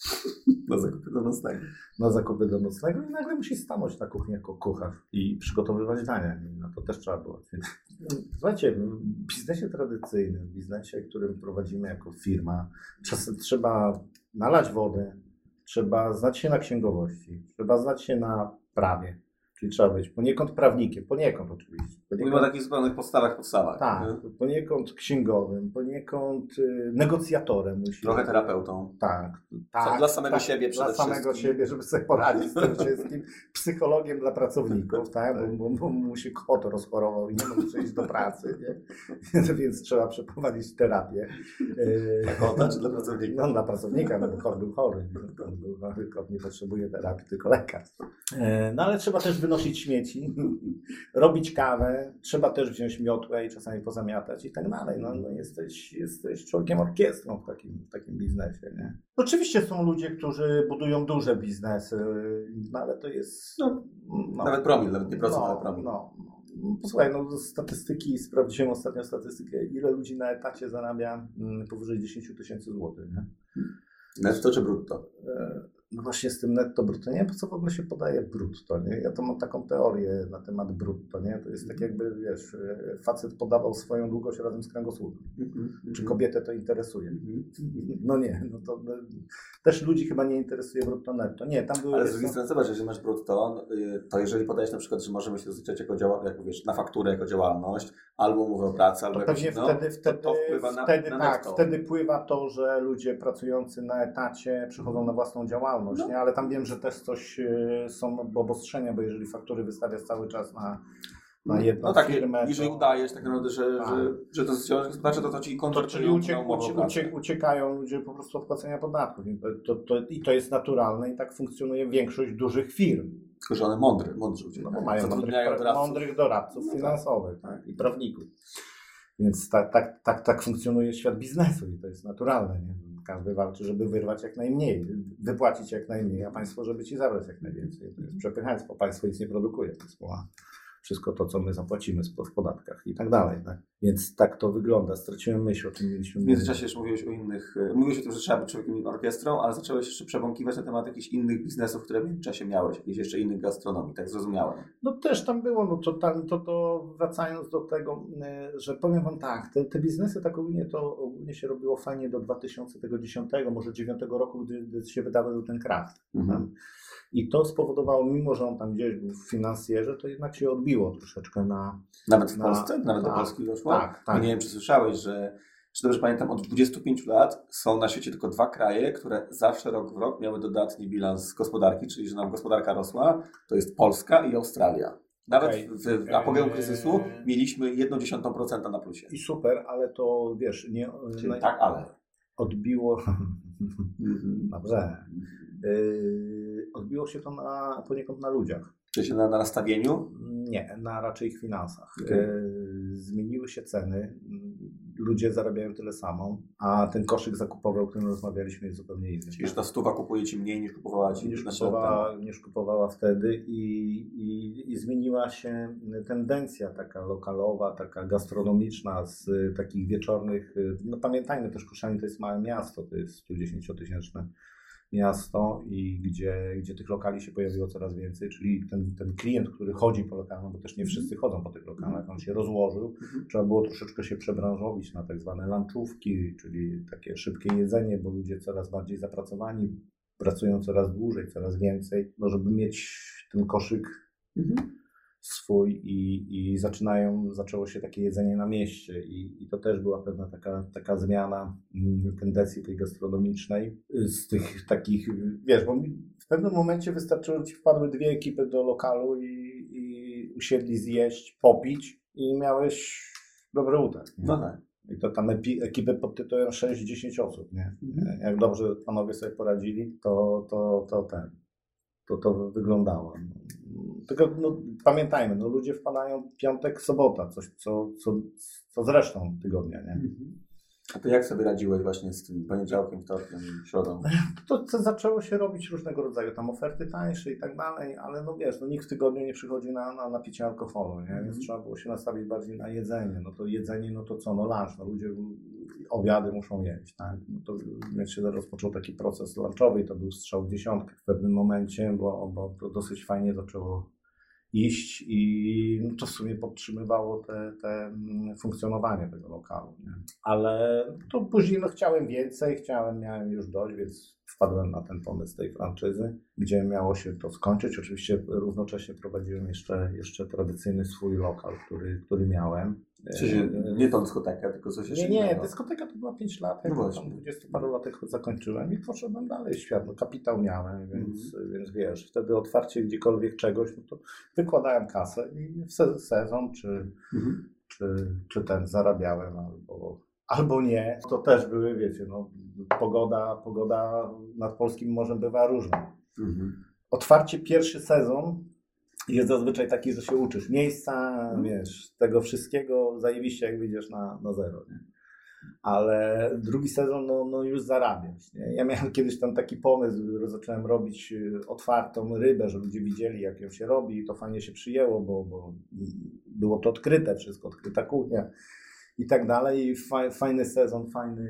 Na zakupy do nocnego i nagle musi stanąć na kuchni jako kucharz i przygotowywać dania. I na to też trzeba było. Słuchajcie, w biznesie tradycyjnym, w biznesie, którym prowadzimy jako firma, czasem trzeba nalać wodę, trzeba znać się na księgowości, trzeba znać się na prawie. Czyli trzeba być poniekąd prawnikiem, poniekąd oczywiście. Mówimy o takich zupełnych podstawach. Tak, poniekąd księgowym, poniekąd negocjatorem. Trochę terapeutą. Tak. Dla samego siebie przede wszystkim. Dla samego siebie, żeby sobie poradzić z tym wszystkim. Psychologiem dla pracowników, tak? Bo mu się kot rozchorował i nie mógł przyjść do pracy, nie? Więc trzeba przeprowadzić terapię. Dla kota czy dla pracownika? No dla pracownika, bo kot był chory. Kot nie potrzebuje terapii, tylko lekarz. No ale trzeba też wynosić śmieci, robić kawę, trzeba też wziąć miotłę i czasami pozamiatać i tak dalej. No jesteś członkiem orkiestrą w takim biznesie. Nie? Oczywiście są ludzie, którzy budują duże biznesy, no ale to jest... Nawet promil, nawet nie procent, ale promil. Posłuchaj, statystyki, sprawdziłem ostatnio statystykę, ile ludzi na etacie zarabia powyżej 10 000 złotych. Nie? Netto czy brutto? No właśnie z tym netto brutto, nie wiem po co w ogóle się podaje brutto, nie? Ja to mam taką teorię na temat brutto, nie? To jest tak jakby, wiesz, facet podawał swoją długość razem z kręgosłupem. Czy kobietę to interesuje? No nie, no to też ludzi chyba nie interesuje brutto netto. Nie, tam były... Ale z drugiej strony zobacz, jeżeli masz brutto, to jeżeli podajesz na przykład, że możemy się rozliczać jako jak wiesz, na fakturę jako działalność, albo umowę o pracę, albo to pewnie to wpływa na netto. Wtedy pływa to, że ludzie pracujący na etacie przychodzą na własną działalność, nie? Ale tam wiem, że też coś są obostrzenia, bo jeżeli faktury wystawiasz cały czas na jedną firmę... Jeżeli udajesz tak naprawdę, że to jest działalność gospodarcza, to ci kontrakt, czyli uciekają ludzie po prostu od płacenia podatków. I to jest naturalne i tak funkcjonuje większość dużych firm. Tylko, że one mądrze uciekają. No bo mają mądrych doradców finansowych, tak? I prawników. Więc tak funkcjonuje świat biznesu i to jest naturalne. Nie? Każdy walczy, żeby wyrwać jak najmniej, wypłacić jak najmniej, a państwo, żeby ci zabrać jak najwięcej. To jest przepychaństwo. Państwo nic nie produkuje. Państwo ma wszystko to, co my zapłacimy w podatkach i tak dalej. Tak? Więc tak to wygląda. Straciłem myśl o tym. W międzyczasie już mówiłeś o tym, że trzeba być człowiekiem orkiestrą, ale zacząłeś jeszcze przebąkiwać na temat jakichś innych biznesów, które w międzyczasie miałeś, jakichś jeszcze innych gastronomii, tak zrozumiałem. No też tam było, no to wracając do tego, że powiem wam tak, te biznesy tak ogólnie się robiło fajnie do 2010, może 2009 roku, gdy się wydarzył ten krach. I to spowodowało, mimo że on tam gdzieś był w finansjerze, to jednak się odbiło troszeczkę na... Nawet w Polsce? Nawet do Polski doszło? Tak. Nie wiem, czy słyszałeś, że dobrze pamiętam, od 25 lat są na świecie tylko 2 kraje, które zawsze rok w rok miały dodatni bilans gospodarki, czyli że nam gospodarka rosła, to jest Polska i Australia. Nawet w apogeum kryzysu mieliśmy 0,1% na plusie. I super, ale to wiesz... Tak, ale... Odbiło... Dobrze. Odbiło się to poniekąd na ludziach. Czy na nastawieniu? Nie, na raczej ich finansach. Zmieniły się ceny, ludzie zarabiają tyle samo, a ten koszyk zakupowy, o którym rozmawialiśmy, jest zupełnie inny. Czyli że ta stuwa kupuje ci mniej niż kupowała ci niż kupowała wtedy i zmieniła się tendencja taka lokalowa, taka gastronomiczna z takich wieczornych, no pamiętajmy też, Koszalin to jest małe miasto, to jest 110-tysięczne miasto i gdzie tych lokali się pojawiło coraz więcej, czyli ten klient, który chodzi po lokalach, bo też nie wszyscy chodzą po tych lokalach, on się rozłożył, trzeba było troszeczkę się przebranżowić na tak zwane lunchówki, czyli takie szybkie jedzenie, bo ludzie coraz bardziej zapracowani, pracują coraz dłużej, coraz więcej, no żeby mieć ten koszyk swój i zaczęło się takie jedzenie na mieście i to też była pewna taka zmiana tendencji tej gastronomicznej z tych takich, wiesz, bo w pewnym momencie wystarczyło, że ci wpadły 2 ekipy do lokalu i usiedli zjeść, popić i miałeś dobry utarg. No tak. I to tam ekipy pod tytułem 6-10 osób, nie? Jak dobrze panowie sobie poradzili, to wyglądało. Tylko pamiętajmy, ludzie wpadają piątek, sobota, coś co zresztą tygodnia, nie? A to jak sobie radziłeś właśnie z tym poniedziałkiem, wtorkiem, środą? To zaczęło się robić różnego rodzaju tam oferty tańsze i tak dalej, ale wiesz, nikt w tygodniu nie przychodzi na picie alkoholu, nie? Więc trzeba było się nastawić bardziej na jedzenie. No to jedzenie, no to co? No lunch, ludzie obiady muszą jeść, tak? No to więc się rozpoczął taki proces lunchowy i to był strzał w dziesiątkę w pewnym momencie, bo to dosyć fajnie zaczęło iść i to w sumie podtrzymywało te funkcjonowanie tego lokalu. Nie? Ale to później chciałem więcej, miałem już dość, więc wpadłem na ten pomysł tej franczyzy, gdzie miało się to skończyć. Oczywiście równocześnie prowadziłem jeszcze tradycyjny swój lokal, który miałem. Czyli nie tą dyskotekę, tylko coś jeszcze innego? Nie, dyskoteka to była 5 lat, jak tam 20 paru lat zakończyłem i poszedłem dalej w świat. Kapitał miałem, więc wiesz, wtedy otwarcie gdziekolwiek czegoś, no to wykładałem kasę i w sezon czy ten zarabiałem albo nie. To też były, wiecie, pogoda nad polskim morzem bywa różna. Otwarcie pierwszy sezon jest zazwyczaj taki, że się uczysz miejsca, wiesz, tego wszystkiego, zajebiście jak wyjdziesz na zero, nie? Ale drugi sezon, już zarabiasz, nie? Ja miałem kiedyś tam taki pomysł, że zacząłem robić otwartą rybę, że ludzie widzieli, jak ją się robi i to fajnie się przyjęło, bo było to odkryte wszystko, odkryta kuchnia i tak dalej i fajny sezon,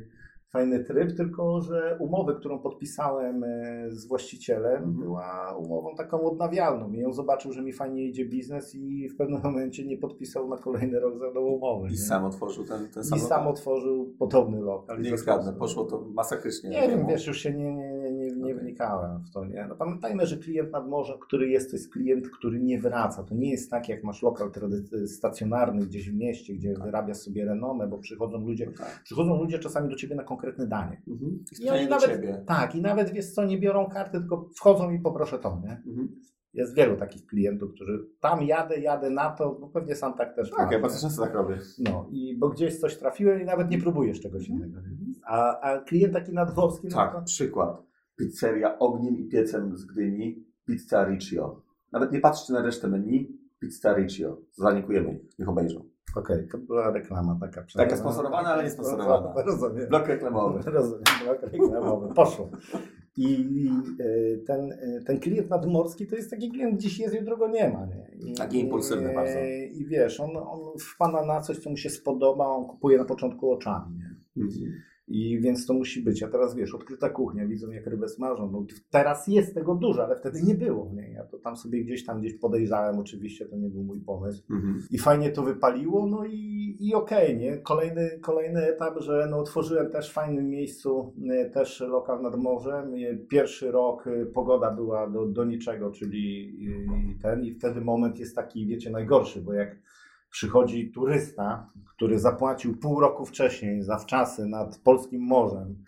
fajny tryb, tylko że umowę, którą podpisałem z właścicielem, była umową taką odnawialną. I on zobaczył, że mi fajnie idzie biznes i w pewnym momencie nie podpisał na kolejny rok za nową umowę. I sam otworzył ten sam lokal. I sam otworzył podobny lokal. Nie zgadnę, poszło to masakrycznie. Nie wiem, wiesz, już się nie wnikałem w to. Nie? No, pamiętajmy, że klient nad morzem, który jest, to jest klient, który nie wraca. To nie jest tak, jak masz lokal stacjonarny gdzieś w mieście, gdzie wyrabiasz sobie renomę, bo przychodzą ludzie czasami do ciebie na konkretne danie. I oni nawet, ciebie. Tak, i nawet wiesz co, nie biorą karty, tylko wchodzą i poproszę to, nie? Jest wielu takich klientów, którzy tam jadę na to, bo pewnie sam tak też. Tak, ja bardzo często tak robię. No, bo gdzieś coś trafiłem i nawet nie próbujesz czegoś innego. A klient taki nadworski... Tak, no to... przykład. Pizzeria Ogniem i Piecem z Gdyni, Pizza Riccio. Nawet nie patrzcie na resztę menu, Pizza Riccio. Zalinkujemy, niech obejrzą. Okej, to była reklama taka. Taka sponsorowana, ale nie sponsorowana. Rozumiem. Blok reklamowy. Rozumiem, blok reklamowy. Poszło. I ten klient nadmorski to jest taki klient, gdzieś jest, jutro go nie ma. Nie? Taki impulsywny bardzo. I wiesz, on wpada na coś, co mu się spodoba, on kupuje na początku oczami. Nie? I więc to musi być. A teraz wiesz, odkryta kuchnia, widzą jak rybę smażą. No, teraz jest tego dużo, ale wtedy nie było. Nie? Ja to tam sobie gdzieś podejrzałem, oczywiście to nie był mój pomysł. I fajnie to wypaliło, no i okej, nie? Kolejny etap, że no, otworzyłem też w fajnym miejscu, też lokal nad morzem. Pierwszy rok pogoda była do niczego, czyli i wtedy moment jest taki, wiecie, najgorszy, bo jak przychodzi turysta, który zapłacił pół roku wcześniej zawczasy nad polskim morzem,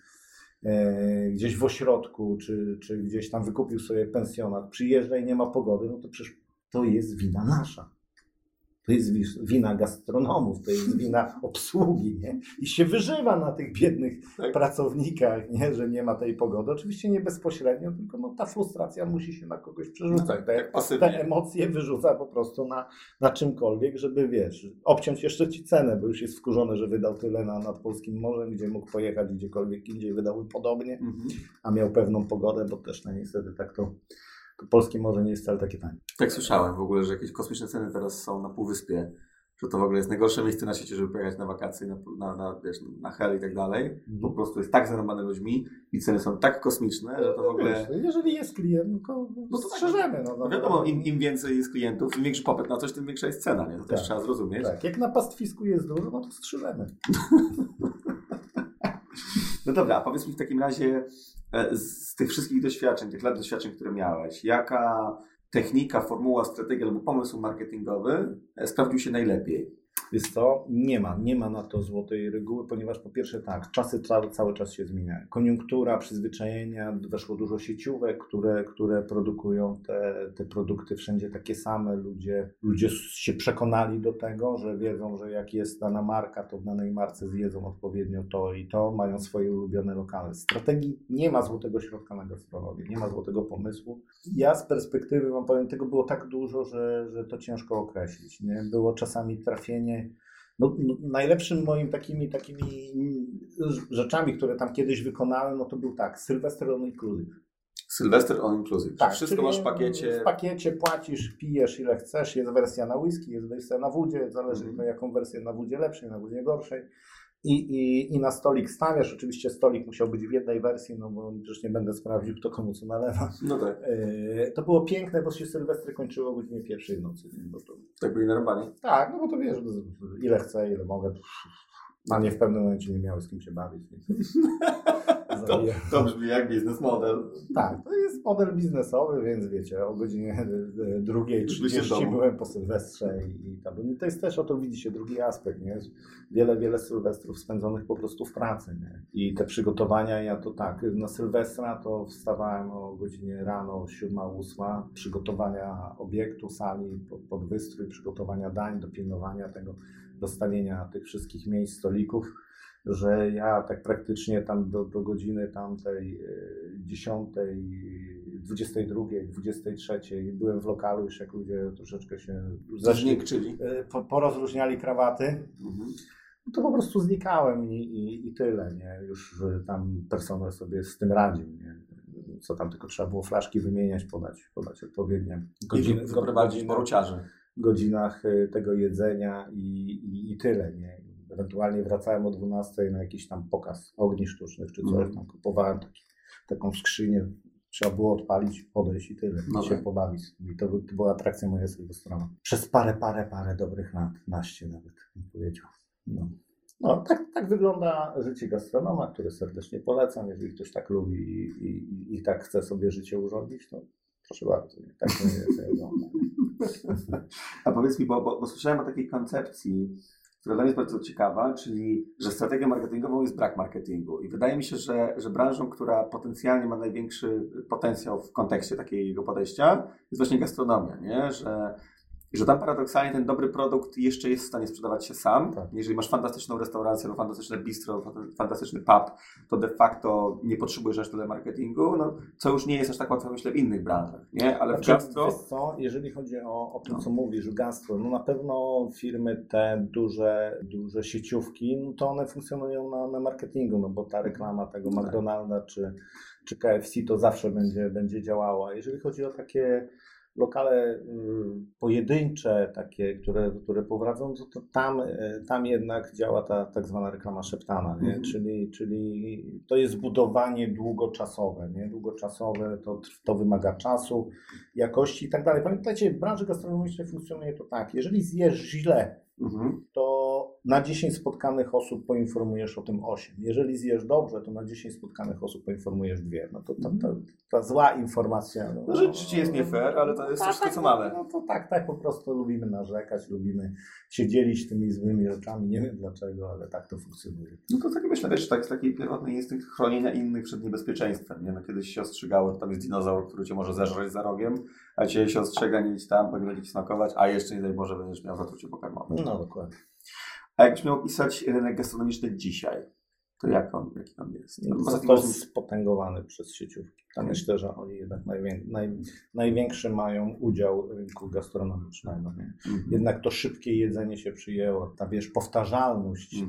gdzieś w ośrodku, czy gdzieś tam wykupił sobie pensjonat, przyjeżdża i nie ma pogody, no to przecież to jest wina nasza. To jest wina gastronomów, to jest wina obsługi, nie? I się wyżywa na tych biednych pracownikach, nie? Że nie ma tej pogody. Oczywiście nie bezpośrednio, tylko no, ta frustracja musi się na kogoś przerzucać. Te emocje wyrzuca po prostu na czymkolwiek, żeby wiesz, obciąć jeszcze ci cenę, bo już jest wkurzony, że wydał tyle nad polskim morzem, gdzie mógł pojechać gdziekolwiek indziej, wydał podobnie, a miał pewną pogodę, bo też no, niestety tak to polskie morze nie jest wcale takie tanie. Tak słyszałem w ogóle, że jakieś kosmiczne ceny teraz są na Półwyspie, że to w ogóle jest najgorsze miejsce na świecie, żeby pojechać na wakacje, na hel i tak dalej. Po prostu jest tak zarąbane ludźmi i ceny są tak kosmiczne, że to w ogóle... Jeżeli jest klient, to strzeżemy. No wiadomo, im więcej jest klientów, im większy popyt na coś, tym większa jest cena, nie? To też trzeba zrozumieć. Tak, jak na pastwisku jest dużo, no to strzeżemy. No dobra, a powiedz mi w takim razie z tych wszystkich doświadczeń, tych lat doświadczeń, które miałeś, jaka technika, formuła, strategia albo pomysł marketingowy sprawdził się najlepiej? Wiesz co, nie ma na to złotej reguły, ponieważ po pierwsze tak, czasy cały czas się zmieniają. Koniunktura, przyzwyczajenia, weszło dużo sieciówek, które produkują te produkty wszędzie takie same. Ludzie się przekonali do tego, że wiedzą, że jak jest dana marka, to w danej marce zjedzą odpowiednio to i to, mają swoje ulubione lokale. Strategii nie ma złotego środka na gastronomię, nie ma złotego pomysłu. Ja z perspektywy wam powiem, tego było tak dużo, że to ciężko określić. Nie? Było czasami trafienie. No, najlepszym moim takimi rzeczami, które tam kiedyś wykonałem, no to był tak, Sylwester All Inclusive. Sylwester All Inclusive. Tak, wszystko masz w pakiecie. W pakiecie płacisz, pijesz ile chcesz, jest wersja na whisky, jest wersja na wódzie, zależy to jaką wersję na wódzie lepszej, na wódzie gorszej. I na stolik stawiasz, oczywiście stolik musiał być w jednej wersji, no bo przecież nie będę sprawdził, kto komu co nalewa. No tak. To było piękne, bo się Sylwestry kończyło o godzinie 1:00 w nocy. Bo to... Tak byli narąbani? Tak, no bo to wiesz, ile chcę, ile mogę. A nie w pewnym momencie nie miały z kim się bawić. To brzmi jak biznes model. Tak, to jest model biznesowy, więc wiecie, o godzinie 2:30 byłem po Sylwestrze i tam. To jest też, o to widzi się drugi aspekt, nie? Wiele Sylwestrów spędzonych po prostu w pracy, nie? I te przygotowania, ja to tak, na Sylwestra to wstawałem o godzinie rano, 7-8, przygotowania obiektu, sali pod wystrój, przygotowania dań, dopilnowania tego, dostawienia tych wszystkich miejsc, stolików, że ja tak praktycznie tam do godziny tamtej 10, 22, 23 byłem w lokalu, już jak ludzie troszeczkę się zażniękczyli, porozróżniali krawaty, to po prostu znikałem i tyle, nie? Już tam personel sobie z tym radził, nie? Co tam tylko trzeba było flaszki wymieniać, podać odpowiednie godziny, wyprowadzić poruciarzy. Godzinach tego jedzenia i tyle, nie? ewentualnie wracałem o 12 na jakiś tam pokaz ogni sztucznych czy coś, tam kupowałem taką skrzynię, trzeba było odpalić, podejść i tyle, się pobawić. I to była atrakcja moja Sylwestrona. Przez parę dobrych lat, naście nawet, bym powiedział. No tak wygląda życie gastronoma, które serdecznie polecam. Jeżeli ktoś tak lubi i tak chce sobie życie urządzić, to proszę bardzo, tak to nie wygląda. A powiedz mi, bo słyszałem o takiej koncepcji, która dla mnie jest bardzo ciekawa, czyli że strategią marketingową jest brak marketingu. I wydaje mi się, że branżą, która potencjalnie ma największy potencjał w kontekście takiego podejścia, jest właśnie gastronomia, nie? Że tam paradoksalnie ten dobry produkt jeszcze jest w stanie sprzedawać się sam. Tak. Jeżeli masz fantastyczną restaurację, albo fantastyczne bistro, fantastyczny pub, to de facto nie potrzebujesz aż tyle marketingu, co już nie jest aż tak łatwo, myślę, w innych branżach, nie? Ale w gastro... Wiesz co, jeżeli chodzi o to, co mówisz, gastro, na pewno firmy te duże sieciówki, to one funkcjonują na marketingu, bo ta reklama tego McDonalda czy KFC to zawsze będzie działała. Jeżeli chodzi o takie lokale pojedyncze, takie, które powracą, to tam jednak działa ta tak zwana reklama szeptana, nie? Czyli to jest budowanie długoczasowe, nie? Długoczasowe to wymaga czasu, jakości i tak dalej. Pamiętajcie, w branży gastronomicznej funkcjonuje to tak, jeżeli zjesz źle, to na 10 spotkanych osób poinformujesz o tym 8. Jeżeli zjesz dobrze, to na 10 spotkanych osób poinformujesz 2. No to ta zła informacja. No rzeczywiście jest nie fair, ale to jest wszystko, co mamy. No to tak po prostu lubimy narzekać, lubimy się dzielić tymi złymi rzeczami. Nie wiem dlaczego, ale tak to funkcjonuje. No to tak myślę, wiesz, tak, taki pierwotny instynkt chronienia innych przed niebezpieczeństwem. Nie? No, kiedyś się ostrzegało, że tam jest dinozaur, który cię może zeżreć za rogiem, a cię się ostrzega, nie idź tam, bo nie będzie ci smakować, a jeszcze nie daj Boże będziesz miał zatrucie pokarmowe. No dokładnie. A jakbyś miał opisać rynek gastronomiczny dzisiaj, to jaki on jest? To jest spotęgowany przez sieciówki. Tam myślę, że oni jednak największy mają udział rynku gastronomicznego. Nie? Jednak to szybkie jedzenie się przyjęło, ta powtarzalność,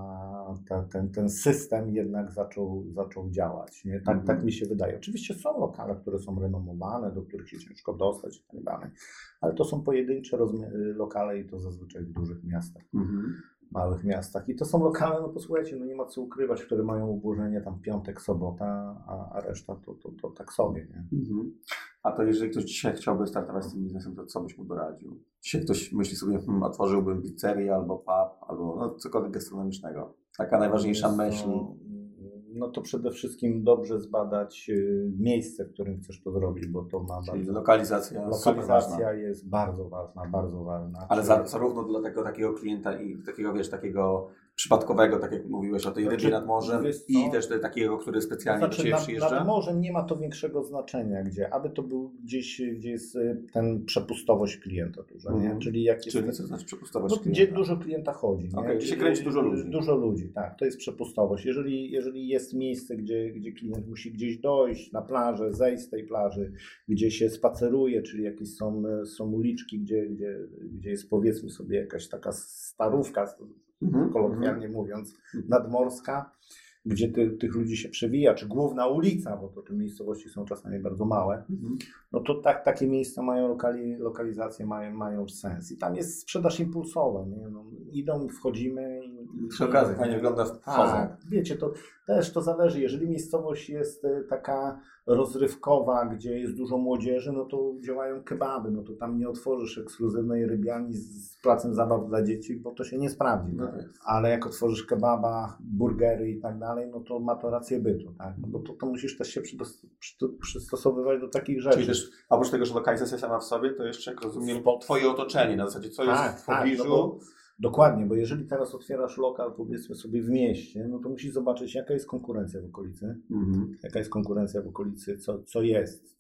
ten system jednak zaczął działać. Nie? Tak mi się wydaje. Oczywiście są lokale, które są renomowane, do których się ciężko dostać i tak dalej, ale to są pojedyncze lokale i to zazwyczaj w dużych miastach. Małych miastach. I to są lokale, no posłuchajcie, nie ma co ukrywać, które mają obłożenie tam piątek, sobota, a reszta to tak sobie, nie? A to jeżeli ktoś dzisiaj chciałby startować z tym biznesem, to co byś mu doradził? Dzisiaj ktoś myśli sobie, otworzyłbym pizzerię albo pub, albo cokolwiek gastronomicznego. Taka najważniejsza myśl. No to przede wszystkim dobrze zbadać miejsce, w którym chcesz to zrobić, bo to ma czyli lokalizacja jest bardzo ważna. Ale zarówno dla tego takiego klienta i takiego przypadkowego, tak jak mówiłeś o tej rybie nad morzem i też takiego, który specjalnie do Ciebie przyjeżdża? Nad morzem nie ma to większego znaczenia, aby to był gdzieś, gdzie jest ten przepustowość klienta duża, nie? Czyli co znaczy przepustowość klienta? Gdzie dużo klienta chodzi. Okay, się kręci dużo ludzi. Dużo ludzi, tak, to jest przepustowość. Jeżeli jest miejsce, gdzie klient musi gdzieś dojść na plażę, zejść z tej plaży, gdzie się spaceruje, czyli jakieś są uliczki, gdzie jest, powiedzmy sobie, jakaś taka starówka, kolokwialnie mówiąc, nadmorska, gdzie tych ludzi się przewija, czy główna ulica, bo to te miejscowości są czasami bardzo małe, no to takie miejsca mają lokalizacje, mają sens. I tam jest sprzedaż impulsowa, nie? No, idą, wchodzimy i przy okazji fajnie wygląda w tak, wiecie, to też to zależy. Jeżeli miejscowość jest taka rozrywkowa, gdzie jest dużo młodzieży, no to działają kebaby, no to tam nie otworzysz ekskluzywnej rybiarni z placem zabaw dla dzieci, bo to się nie sprawdzi. No. Ale jak otworzysz kebaba, burgery i tak dalej, no to ma to rację bytu, tak? No bo to musisz też się przystosowywać do takich rzeczy. Czyli też oprócz tego, że lokalizacja sama w sobie, to jeszcze, jak rozumiem, twoje otoczenie, na zasadzie co jest w pobliżu. No dokładnie, bo jeżeli teraz otwierasz lokal, powiedzmy sobie w mieście, no to musisz zobaczyć, jaka jest konkurencja w okolicy, jaka jest konkurencja w okolicy, co jest,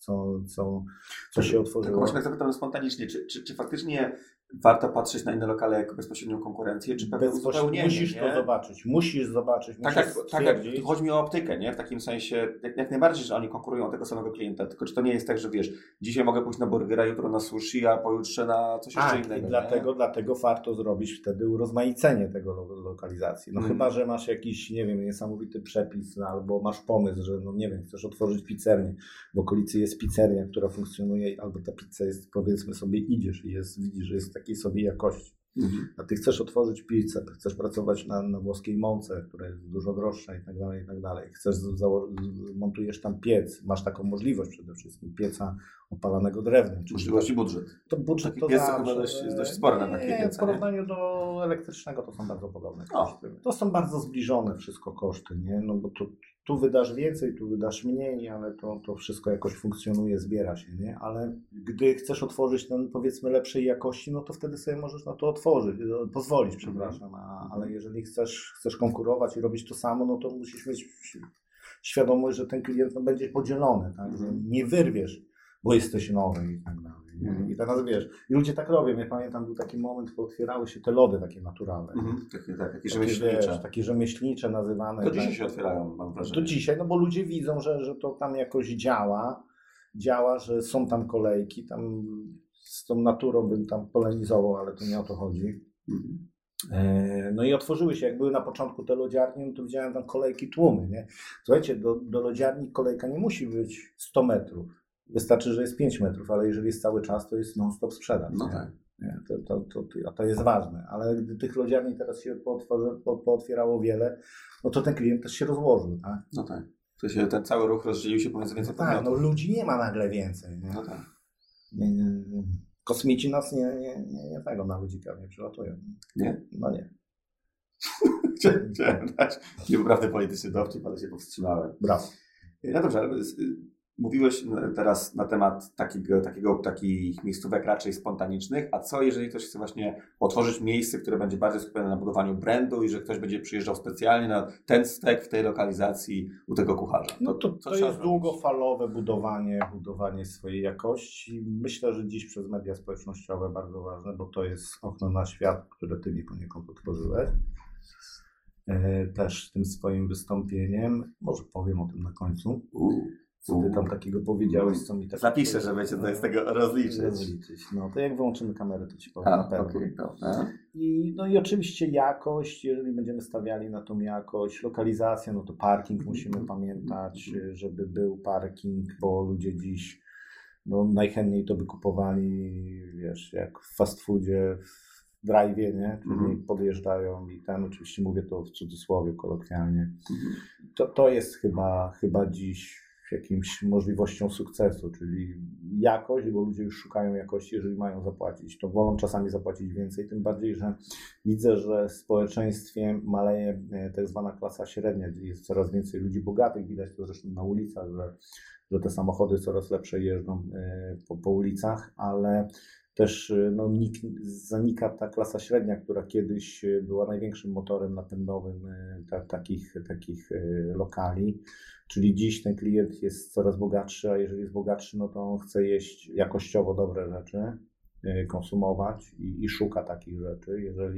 co się otworzyło. Tylko właśnie tak zapytam spontanicznie, czy faktycznie warto patrzeć na inne lokale jako bezpośrednią konkurencję, czy pewne uzupełnienie? Musisz zobaczyć. Tak, chodzi mi o optykę, nie? W takim sensie, jak najbardziej, że oni konkurują o tego samego klienta, tylko czy to nie jest tak, że wiesz, dzisiaj mogę pójść na burgera, jutro na sushi, a pojutrze na coś jeszcze innego. I dlatego warto zrobić wtedy urozmaicenie tego lokalizacji. No chyba, że masz jakiś, nie wiem, niesamowity przepis, albo masz pomysł, że no nie wiem, chcesz otworzyć pizzerię, w okolicy jest pizzeria, która funkcjonuje, albo ta pizza jest, powiedzmy sobie, idziesz i widzisz, że jest takiej sobie jakości. A ty chcesz otworzyć pizzę, chcesz pracować na włoskiej mące, która jest dużo droższa i tak dalej. Chcesz montujesz tam piec, masz taką możliwość przede wszystkim pieca opalanego drewnem. Możliwość i budżet. To budżet to piec to chyba jest dość spory na takie piece. W porównaniu do elektrycznego to są bardzo podobne koszty. To są bardzo zbliżone wszystko koszty, nie? No bo tu wydasz więcej, tu wydasz mniej, ale to wszystko jakoś funkcjonuje, zbiera się, nie? Ale gdy chcesz otworzyć ten, powiedzmy, lepszej jakości, no to wtedy sobie możesz na to pozwolić, przepraszam. Ale jeżeli chcesz konkurować i robić to samo, no to musisz mieć świadomość, że ten klient będzie podzielony, tak? Że nie wyrwiesz, bo jesteś nowy i tak dalej. I teraz wiesz, i ludzie tak robią. Ja pamiętam, był taki moment, bo otwierały się te lody takie naturalne. Takie rzemieślnicze. Wiesz, takie rzemieślnicze nazywane. Do dzisiaj się otwierają, mam wrażenie. Do dzisiaj, no bo ludzie widzą, że to tam jakoś działa, że są tam kolejki, tam z tą naturą bym tam polemizował, ale to nie o to chodzi. No i otworzyły się, jak były na początku te lodziarnie, no to widziałem tam kolejki, tłumy, nie? Słuchajcie, do lodziarni kolejka nie musi być 100 metrów. Wystarczy, że jest 5 metrów, ale jeżeli jest cały czas, to jest non-stop sprzedaż. No tak. To jest ważne, ale gdy tych lodziarni teraz się pootwierało wiele, no to ten klient też się rozłożył, tak? No tak. To się ten cały ruch rozdzielił się pomiędzy więcej podmiotów. Tak, no ludzi nie ma nagle więcej. Nie? No tak. Kosmici nas nie tego na ludzika nie przylatują. Nie? No nie. Chciałem dać niepoprawny polityczny dowcip, ale się powstrzymałem. Brawo. No dobrze, ale mówiłeś teraz na temat takich miejscówek raczej spontanicznych, a co jeżeli ktoś chce właśnie otworzyć miejsce, które będzie bardziej skupione na budowaniu brandu i że ktoś będzie przyjeżdżał specjalnie na ten stek w tej lokalizacji u tego kucharza? No to jest długofalowe budowanie swojej jakości. Myślę, że dziś przez media społecznościowe bardzo ważne, bo to jest okno na świat, które ty mi poniekąd otworzyłeś. Też tym swoim wystąpieniem. Może powiem o tym na końcu. Co ty tam takiego powiedziałeś, co mi tak... Zapiszę, żeby cię tutaj z tego rozliczyć. No to jak wyłączymy kamerę, to ci powiem na pewno. I oczywiście jakość, jeżeli będziemy stawiali na tą jakość, lokalizacja, no to parking musimy pamiętać, żeby był parking, bo ludzie dziś najchętniej to by kupowali, wiesz, jak w fast foodzie, w drive'ie, nie? Czyli podjeżdżają i oczywiście mówię to w cudzysłowie, kolokwialnie. To jest chyba dziś jakimś możliwością sukcesu, czyli jakość, bo ludzie już szukają jakości, jeżeli mają zapłacić, to wolą czasami zapłacić więcej, tym bardziej, że widzę, że w społeczeństwie maleje tak zwana klasa średnia, gdzie jest coraz więcej ludzi bogatych, widać to zresztą na ulicach, że te samochody coraz lepsze jeżdżą po ulicach, ale też zanika ta klasa średnia, która kiedyś była największym motorem napędowym takich lokali. Czyli dziś ten klient jest coraz bogatszy, a jeżeli jest bogatszy, no to on chce jeść jakościowo dobre rzeczy, konsumować i szuka takich rzeczy.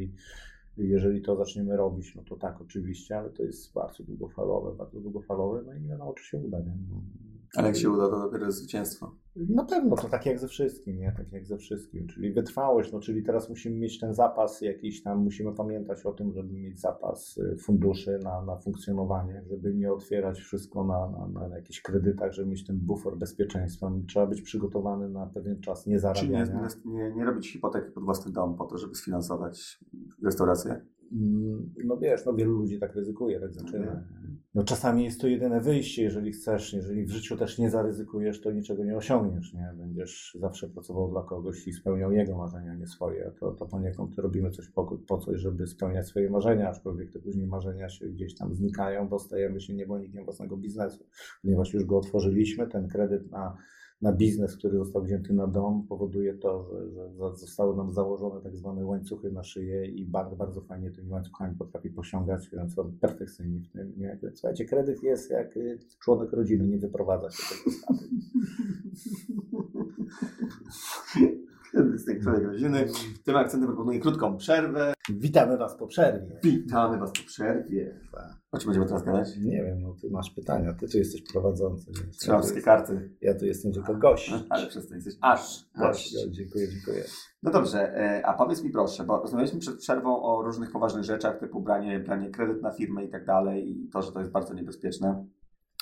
Jeżeli to zaczniemy robić, no to tak oczywiście, ale to jest bardzo długofalowe, no i nie wiadomo, czy się uda. Nie? Ale jak się uda, to dopiero jest zwycięstwo. Na pewno, to tak jak ze wszystkim, nie? Tak jak ze wszystkim, czyli wytrwałość, czyli teraz musimy mieć ten zapas jakiś tam, musimy pamiętać o tym, żeby mieć zapas funduszy na funkcjonowanie, żeby nie otwierać wszystko na jakichś kredytach, żeby mieć ten bufor bezpieczeństwa. Trzeba być przygotowany na pewien czas niezarabiania. Czyli nie robić hipoteki pod własny dom po to, żeby sfinansować restaurację? No wiesz, wielu ludzi tak ryzykuje, tak zaczyna. Czasami jest to jedyne wyjście, jeżeli chcesz, jeżeli w życiu też nie zaryzykujesz, to niczego nie osiągniesz, nie? Będziesz zawsze pracował dla kogoś i spełniał jego marzenia, nie swoje. To poniekąd robimy coś po coś, żeby spełniać swoje marzenia, aczkolwiek te później marzenia się gdzieś tam znikają, bo stajemy się niewolnikiem własnego biznesu. Ponieważ już go otworzyliśmy, ten kredyt na biznes, który został wzięty na dom, powoduje to, że zostały nam założone tak zwane łańcuchy na szyję i bank bardzo fajnie tymi łańcuchami potrafi posiągać, więc są perfekcyjni w tym. Nie? Słuchajcie, kredyt jest jak członek rodziny, nie wyprowadza się tego stanu. Kredyt jest jak członek rodziny. Tym akcentem proponuję krótką przerwę. Witamy Was po przerwie. Witamy Was po przerwie. O czym będziemy teraz gadać? Nie wiem, ty masz pytania, ty tu jesteś prowadzący. Trzymam wszystkie karty. Ja tu jestem tylko gość. Ale przez to jesteś aż gość. Dziękuję. No dobrze, a powiedz mi proszę, bo rozmawialiśmy przed przerwą o różnych poważnych rzeczach, typu branie kredyt na firmę i tak dalej i to, że to jest bardzo niebezpieczne.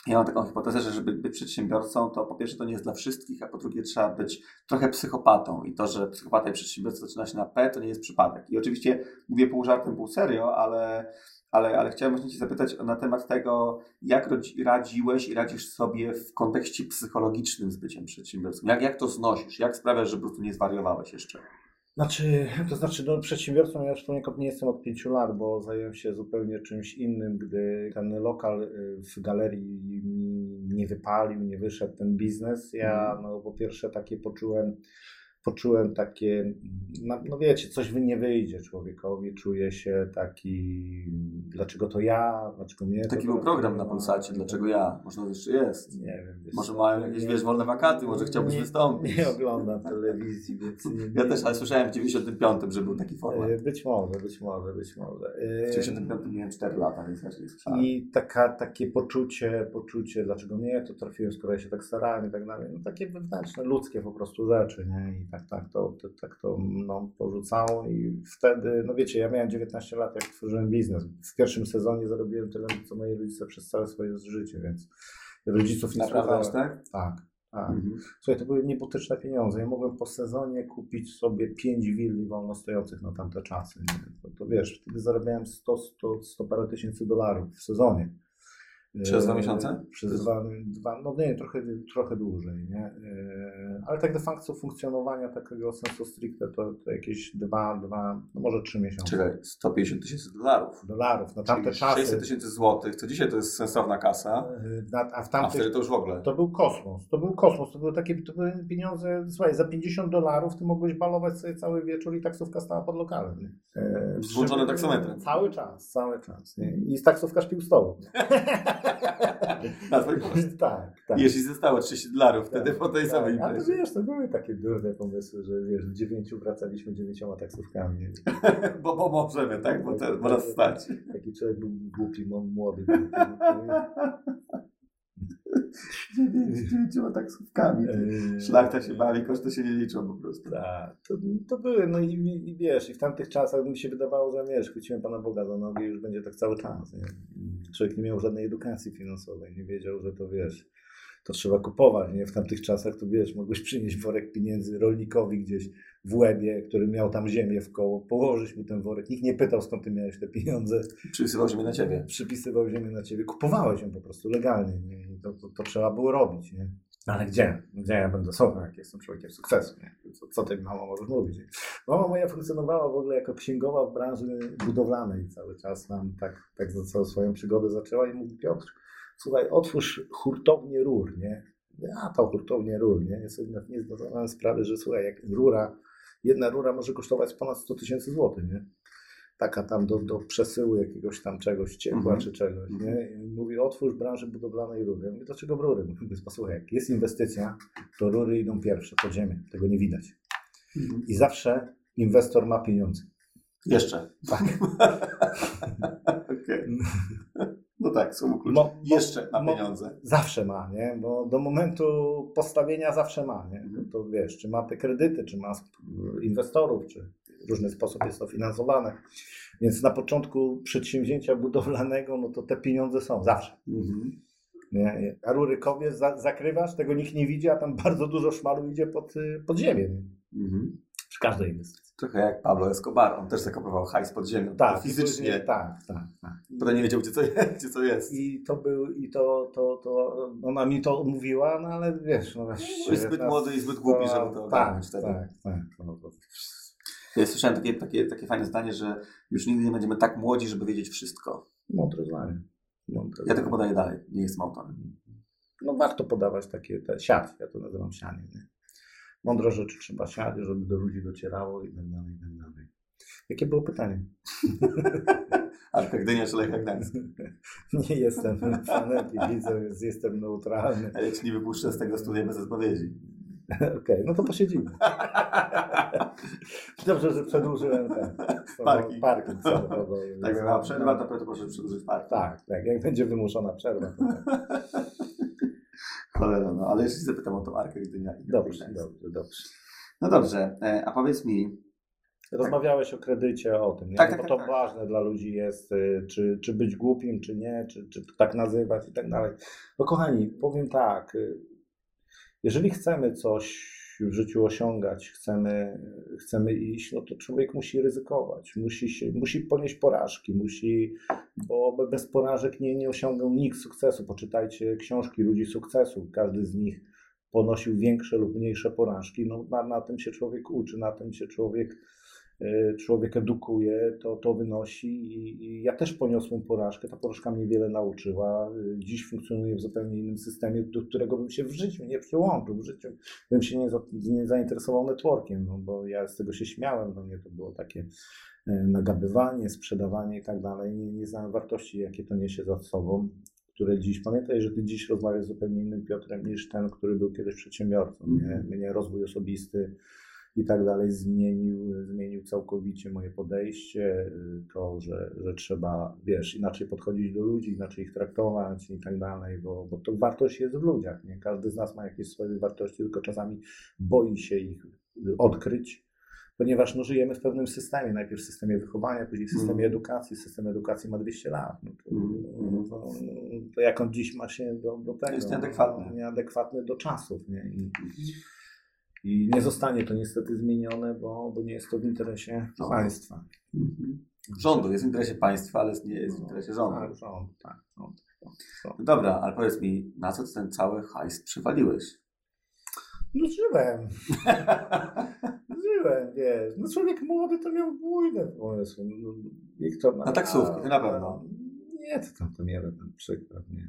Ja mam taką hipotezę, że żeby być przedsiębiorcą, to po pierwsze to nie jest dla wszystkich, a po drugie trzeba być trochę psychopatą. I to, że psychopata i przedsiębiorca zaczyna się na P, to nie jest przypadek. I oczywiście mówię pół żartem, pół serio, ale chciałem właśnie Cię zapytać na temat tego, jak radziłeś i radzisz sobie w kontekście psychologicznym z byciem przedsiębiorcą. Jak to znosisz? Jak sprawiasz, że po prostu nie zwariowałeś jeszcze? No, przedsiębiorcą ja już poniekąd nie jestem od 5 lat, bo zająłem się zupełnie czymś innym, gdy ten lokal w galerii mi nie wypalił, nie wyszedł ten biznes. Ja po pierwsze takie poczułem takie, no wiecie, coś nie wyjdzie człowiekowi, czuje się taki, dlaczego to ja, dlaczego mnie. Taki był program na Polsacie, dlaczego ja? Może jeszcze jest. Nie wiem. Może mają jakieś, wolne wakaty, może chciałbyś wystąpić. Nie oglądam telewizji, więc ja też, ale słyszałem w 95, że był taki format. Być może. W 95 miałem 4 lata, więc też nie słyszałem. I takie poczucie, dlaczego nie, to trafiłem, skoro ja się tak starałem i tak dalej. No takie wewnętrzne, ludzkie po prostu rzeczy, nie? I tak to porzucało i wtedy, no wiecie, ja miałem 19 lat, jak tworzyłem biznes. W pierwszym sezonie zarobiłem tyle, co moi rodzice przez całe swoje życie, więc rodziców nie słuchałem. Tak? Tak. Słuchaj, to były niebotyczne pieniądze. Ja mogłem po sezonie kupić sobie 5 willi wolno stojących na tamte czasy. To wiesz, wtedy zarabiałem 100 parę tysięcy dolarów w sezonie. Przez 2 miesiące? Przez dwa, no nie, trochę dłużej, nie? Ale tak de facto funkcjonowania takiego sensu stricte to jakieś 2, no może 3 miesiące. Czekaj, 150 tysięcy dolarów. Na tamte czasy. 600 tysięcy złotych, co dzisiaj to jest sensowna kasa. A wtedy to już w ogóle. To był kosmos. To były pieniądze, słuchaj, za $50 ty mogłeś balować sobie cały wieczór i taksówka stała pod lokalem. Z włączonym taksometrem. Cały czas. Nie? I taksówka szpił z tobą. Na twój koszt. Tak. Jeśli zostało $30 wtedy po tej samej imprezie. A to wiesz, to były takie durne pomysły, że wiesz, w 9 wracaliśmy 9 taksówkami. bo możemy, tak? Bo to można stać. Taki człowiek był głupi, młody. 9 taksówkami. Szlachta się bawi, koszty się nie liczą po prostu. Tak, to były, no i wiesz, i w tamtych czasach mi się wydawało, że wiesz, chwyciłem Pana Boga za nogi i już będzie tak cały czas. Nie? Człowiek nie miał żadnej edukacji finansowej, nie wiedział, że to wiesz, to trzeba kupować, nie? W tamtych czasach to wiesz, mogłeś przynieść worek pieniędzy rolnikowi gdzieś w Łebie, który miał tam ziemię w koło, położyć mu ten worek, nikt nie pytał, skąd ty miałeś te pieniądze. Przypisywał ziemię na ciebie. Przypisywał ziemię na ciebie, kupowałeś ją po prostu legalnie, nie? I to trzeba było robić, nie? Ale gdzie ja będę sobą, jak jestem człowiekiem sukcesu, nie? Co ty, mama, możesz mówić? Nie? Mama moja funkcjonowała w ogóle jako księgowa w branży budowlanej cały czas, tam tak za całą swoją przygodę zaczęła i mówi: Piotr, słuchaj, otwórz hurtownię rur, nie? A to hurtownię rur, nie? Ja sobie nie zdawałem sprawy, że słuchaj, jak jedna rura może kosztować ponad 100 tysięcy złotych, nie? Taka tam do przesyłu jakiegoś tam czegoś, ciepła czy czegoś, nie? I mówi: otwórz branżę budowlanej rury. Ja mówię: dlaczego w rury? Mówię: posłuchaj, jak jest inwestycja, to rury idą pierwsze pod ziemię, tego nie widać. I zawsze inwestor ma pieniądze. Jeszcze. Tak. Okay. No tak, są klucze. Jeszcze ma pieniądze. Zawsze ma, nie? Bo do momentu postawienia zawsze ma, nie? To wiesz, czy ma te kredyty, czy ma inwestorów, czy w różny sposób jest to finansowane. Więc na początku przedsięwzięcia budowlanego, no to te pieniądze są zawsze. Nie? A rury kowiec zakrywasz, tego nikt nie widzi, a tam bardzo dużo szmalu idzie pod ziemię. Nie? Przy każdej inwestycji. Trochę jak Pablo Escobar, on też zakopywał hajs pod ziemią. Tak, fizycznie. Tak. Potem nie wiedział, gdzie co jest. I ona mi to mówiła, no ale wiesz, no właściwie. Jest zbyt młody i zbyt głupi, żeby to ogarnąć wtedy. Tak. Ja słyszałem takie fajne zdanie, że już nigdy nie będziemy tak młodzi, żeby wiedzieć wszystko. Mądre zdanie. Ja tego podaję dalej, nie jestem autorem. No warto podawać siać, ja to nazywam sianiem. Nie? Mądre rzeczy trzeba siać, żeby do ludzi docierało i tak dalej. Jakie było pytanie? Arka Gdynia czy Lechia Gdańsk? Nie jestem fanem, kibicem, więc jestem neutralny. Ale ja ci nie wypuszczę z tego studia bez odpowiedzi. Okej, no to posiedzimy. Dobrze, że przedłużyłem ten parking samochodowy. Tak, jak była przerwa, to proszę przedłużyć parking. Tak, jak będzie wymuszona przerwa, to tak. Cholera, no, ale jeszcze zapytam o tą Arkę Gdynia. Dobrze. No dobrze, a powiedz mi, Rozmawiałeś o kredycie, o tym, nie? Tak, Bo to ważne dla ludzi jest, czy być głupim, czy nie, czy tak nazywać i tak dalej. No kochani, powiem tak, jeżeli chcemy coś w życiu osiągać, chcemy iść, no to człowiek musi ryzykować, musi ponieść porażki, bo bez porażek nie osiągał nikt sukcesu. Poczytajcie książki ludzi sukcesu, każdy z nich ponosił większe lub mniejsze porażki. No, na tym się człowiek uczy, na tym się człowiek edukuje, to wynosi i ja też poniosłem porażkę, ta porażka mnie wiele nauczyła. Dziś funkcjonuję w zupełnie innym systemie, do którego bym się w życiu nie przyłączył, w życiu bym się nie zainteresował networkiem, no bo ja z tego się śmiałem, dla mnie to było takie nagabywanie, sprzedawanie i tak dalej, nie znałem wartości, jakie to niesie za sobą, które dziś, pamiętaj, że ty dziś rozmawiasz z zupełnie innym Piotrem niż ten, który był kiedyś przedsiębiorcą, mnie rozwój osobisty i tak dalej zmienił całkowicie moje podejście, to, że trzeba, wiesz, inaczej podchodzić do ludzi, inaczej ich traktować i tak dalej, bo to wartość jest w ludziach, nie? Każdy z nas ma jakieś swoje wartości, tylko czasami boi się ich odkryć, ponieważ no, żyjemy w pewnym systemie, najpierw w systemie wychowania, później w systemie edukacji. System edukacji ma 200 lat. No to jak on dziś ma się do tego? Jest nieadekwatny. Nieadekwatny do czasów, nie? I nie zostanie to niestety zmienione, bo nie jest to w interesie państwa. Rządu, jest w interesie państwa, ale nie jest w interesie rządu. Tak, rząd. Dobra, ale powiedz mi, na co ten cały hajs przywaliłeś? No żyłem, wiesz. No człowiek młody to miał bujne pomysły. No, Wiktor na taksówkę, to na pewno. Nie, to nie ten przykład, nie.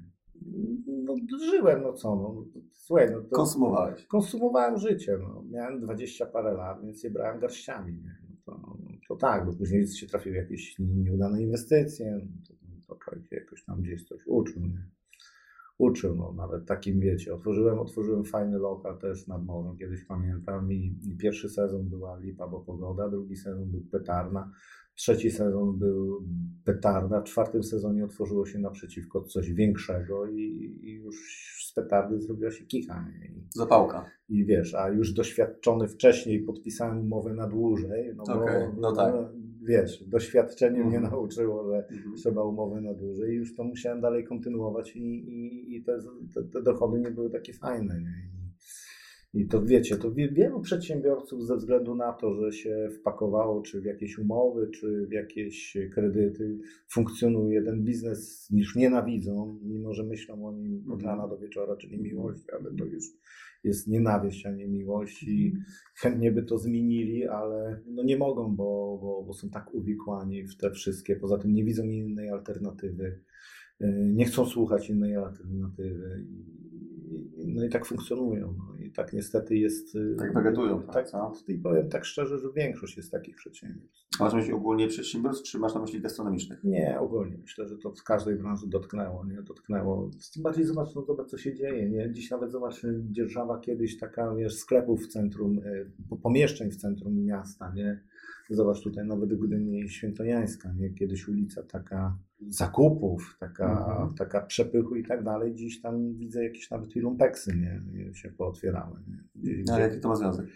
No żyłem, no co, no. Słuchaj, no to konsumowałeś? Konsumowałem życie, no. Miałem 20 parę lat, więc je brałem garściami, nie. To tak, bo później się trafiły jakieś nieudane inwestycje, to człowiek się jakoś tam gdzieś coś uczył, nie. No nawet takim, wiecie, otworzyłem fajny lokal też nad morzem, kiedyś pamiętam i pierwszy sezon była lipa, bo pogoda, drugi sezon był petarda, trzeci sezon był petarda, w czwartym sezonie otworzyło się naprzeciwko coś większego i już z petardy zrobiła się kicha. Zapałka. I wiesz, a już doświadczony wcześniej podpisałem umowę na dłużej, tak. Wiesz, doświadczenie mnie nauczyło, że trzeba umowę na dłużej i już to musiałem dalej kontynuować i te dochody nie były takie fajne. Nie? I to wiecie, to wielu przedsiębiorców ze względu na to, że się wpakowało czy w jakieś umowy, czy w jakieś kredyty, funkcjonuje. Ten biznes już nienawidzą, mimo że myślą o nim od rana do wieczora, czyli miłość, ale to już jest nienawiść, a nie miłość i chętnie by to zmienili, ale no nie mogą, bo są tak uwikłani w te wszystkie. Poza tym nie widzą innej alternatywy, nie chcą słuchać innej alternatywy. No i tak funkcjonują. No i tak niestety jest. Tak wegetują. Tak, i powiem tak szczerze, że większość jest takich przedsiębiorstw. Masz na myśli ogólnie przedsiębiorstw, czy masz na myśli gastronomicznych? Nie, ogólnie. Myślę, że to w każdej branży dotknęło. Tym bardziej zobacz, co się dzieje. Nie? Dziś nawet zobacz, dzierżawa kiedyś taka, wiesz, sklepów w centrum, pomieszczeń w centrum miasta, nie? Zobacz tutaj nawet Gdynia Świętojańska, nie? Kiedyś ulica taka zakupów, taka przepychu i tak dalej. Dziś tam widzę jakieś nawet i lumpeksy, nie? Się pootwierały. Nie? Ale jaki to ma związek?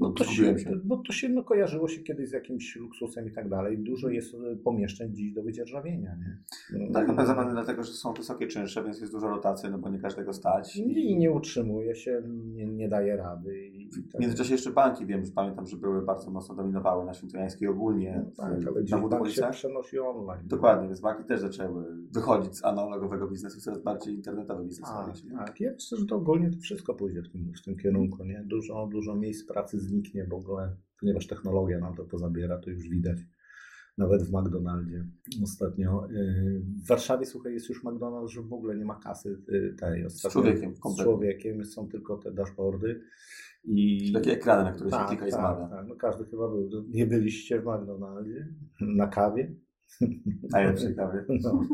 Bo to się kojarzyło się kiedyś z jakimś luksusem i tak dalej. Dużo jest pomieszczeń dziś do wydzierżawienia, nie? Tak, na pewno dlatego, że są wysokie czynsze, więc jest dużo rotacji, no bo nie każdego stać. I nie utrzymuje się, nie daje rady. W międzyczasie jeszcze banki, pamiętam, że były bardzo mocno dominowały na Świętojańskiej ogólnie. No tak, ale dziś bank się przenosi online. Dokładnie, więc banki też zaczęły wychodzić z analogowego biznesu, coraz bardziej internetowy biznes. Tak, ja myślę, że to ogólnie to wszystko pójdzie w tym kierunku, nie? Dużo miejsc pracy zniknie w ogóle, ponieważ technologia nam to pozabiera, to już widać. Nawet w McDonaldzie ostatnio. W Warszawie, słuchaj, jest już McDonald's, że w ogóle nie ma kasy tej. Z człowiekiem. Z człowiekiem, są tylko te dashboardy. Takie ekrany, na które się klika i zmawia. Tak, no każdy chyba był. Nie byliście w McDonaldzie? Na kawie? Najlepszej kawie. No.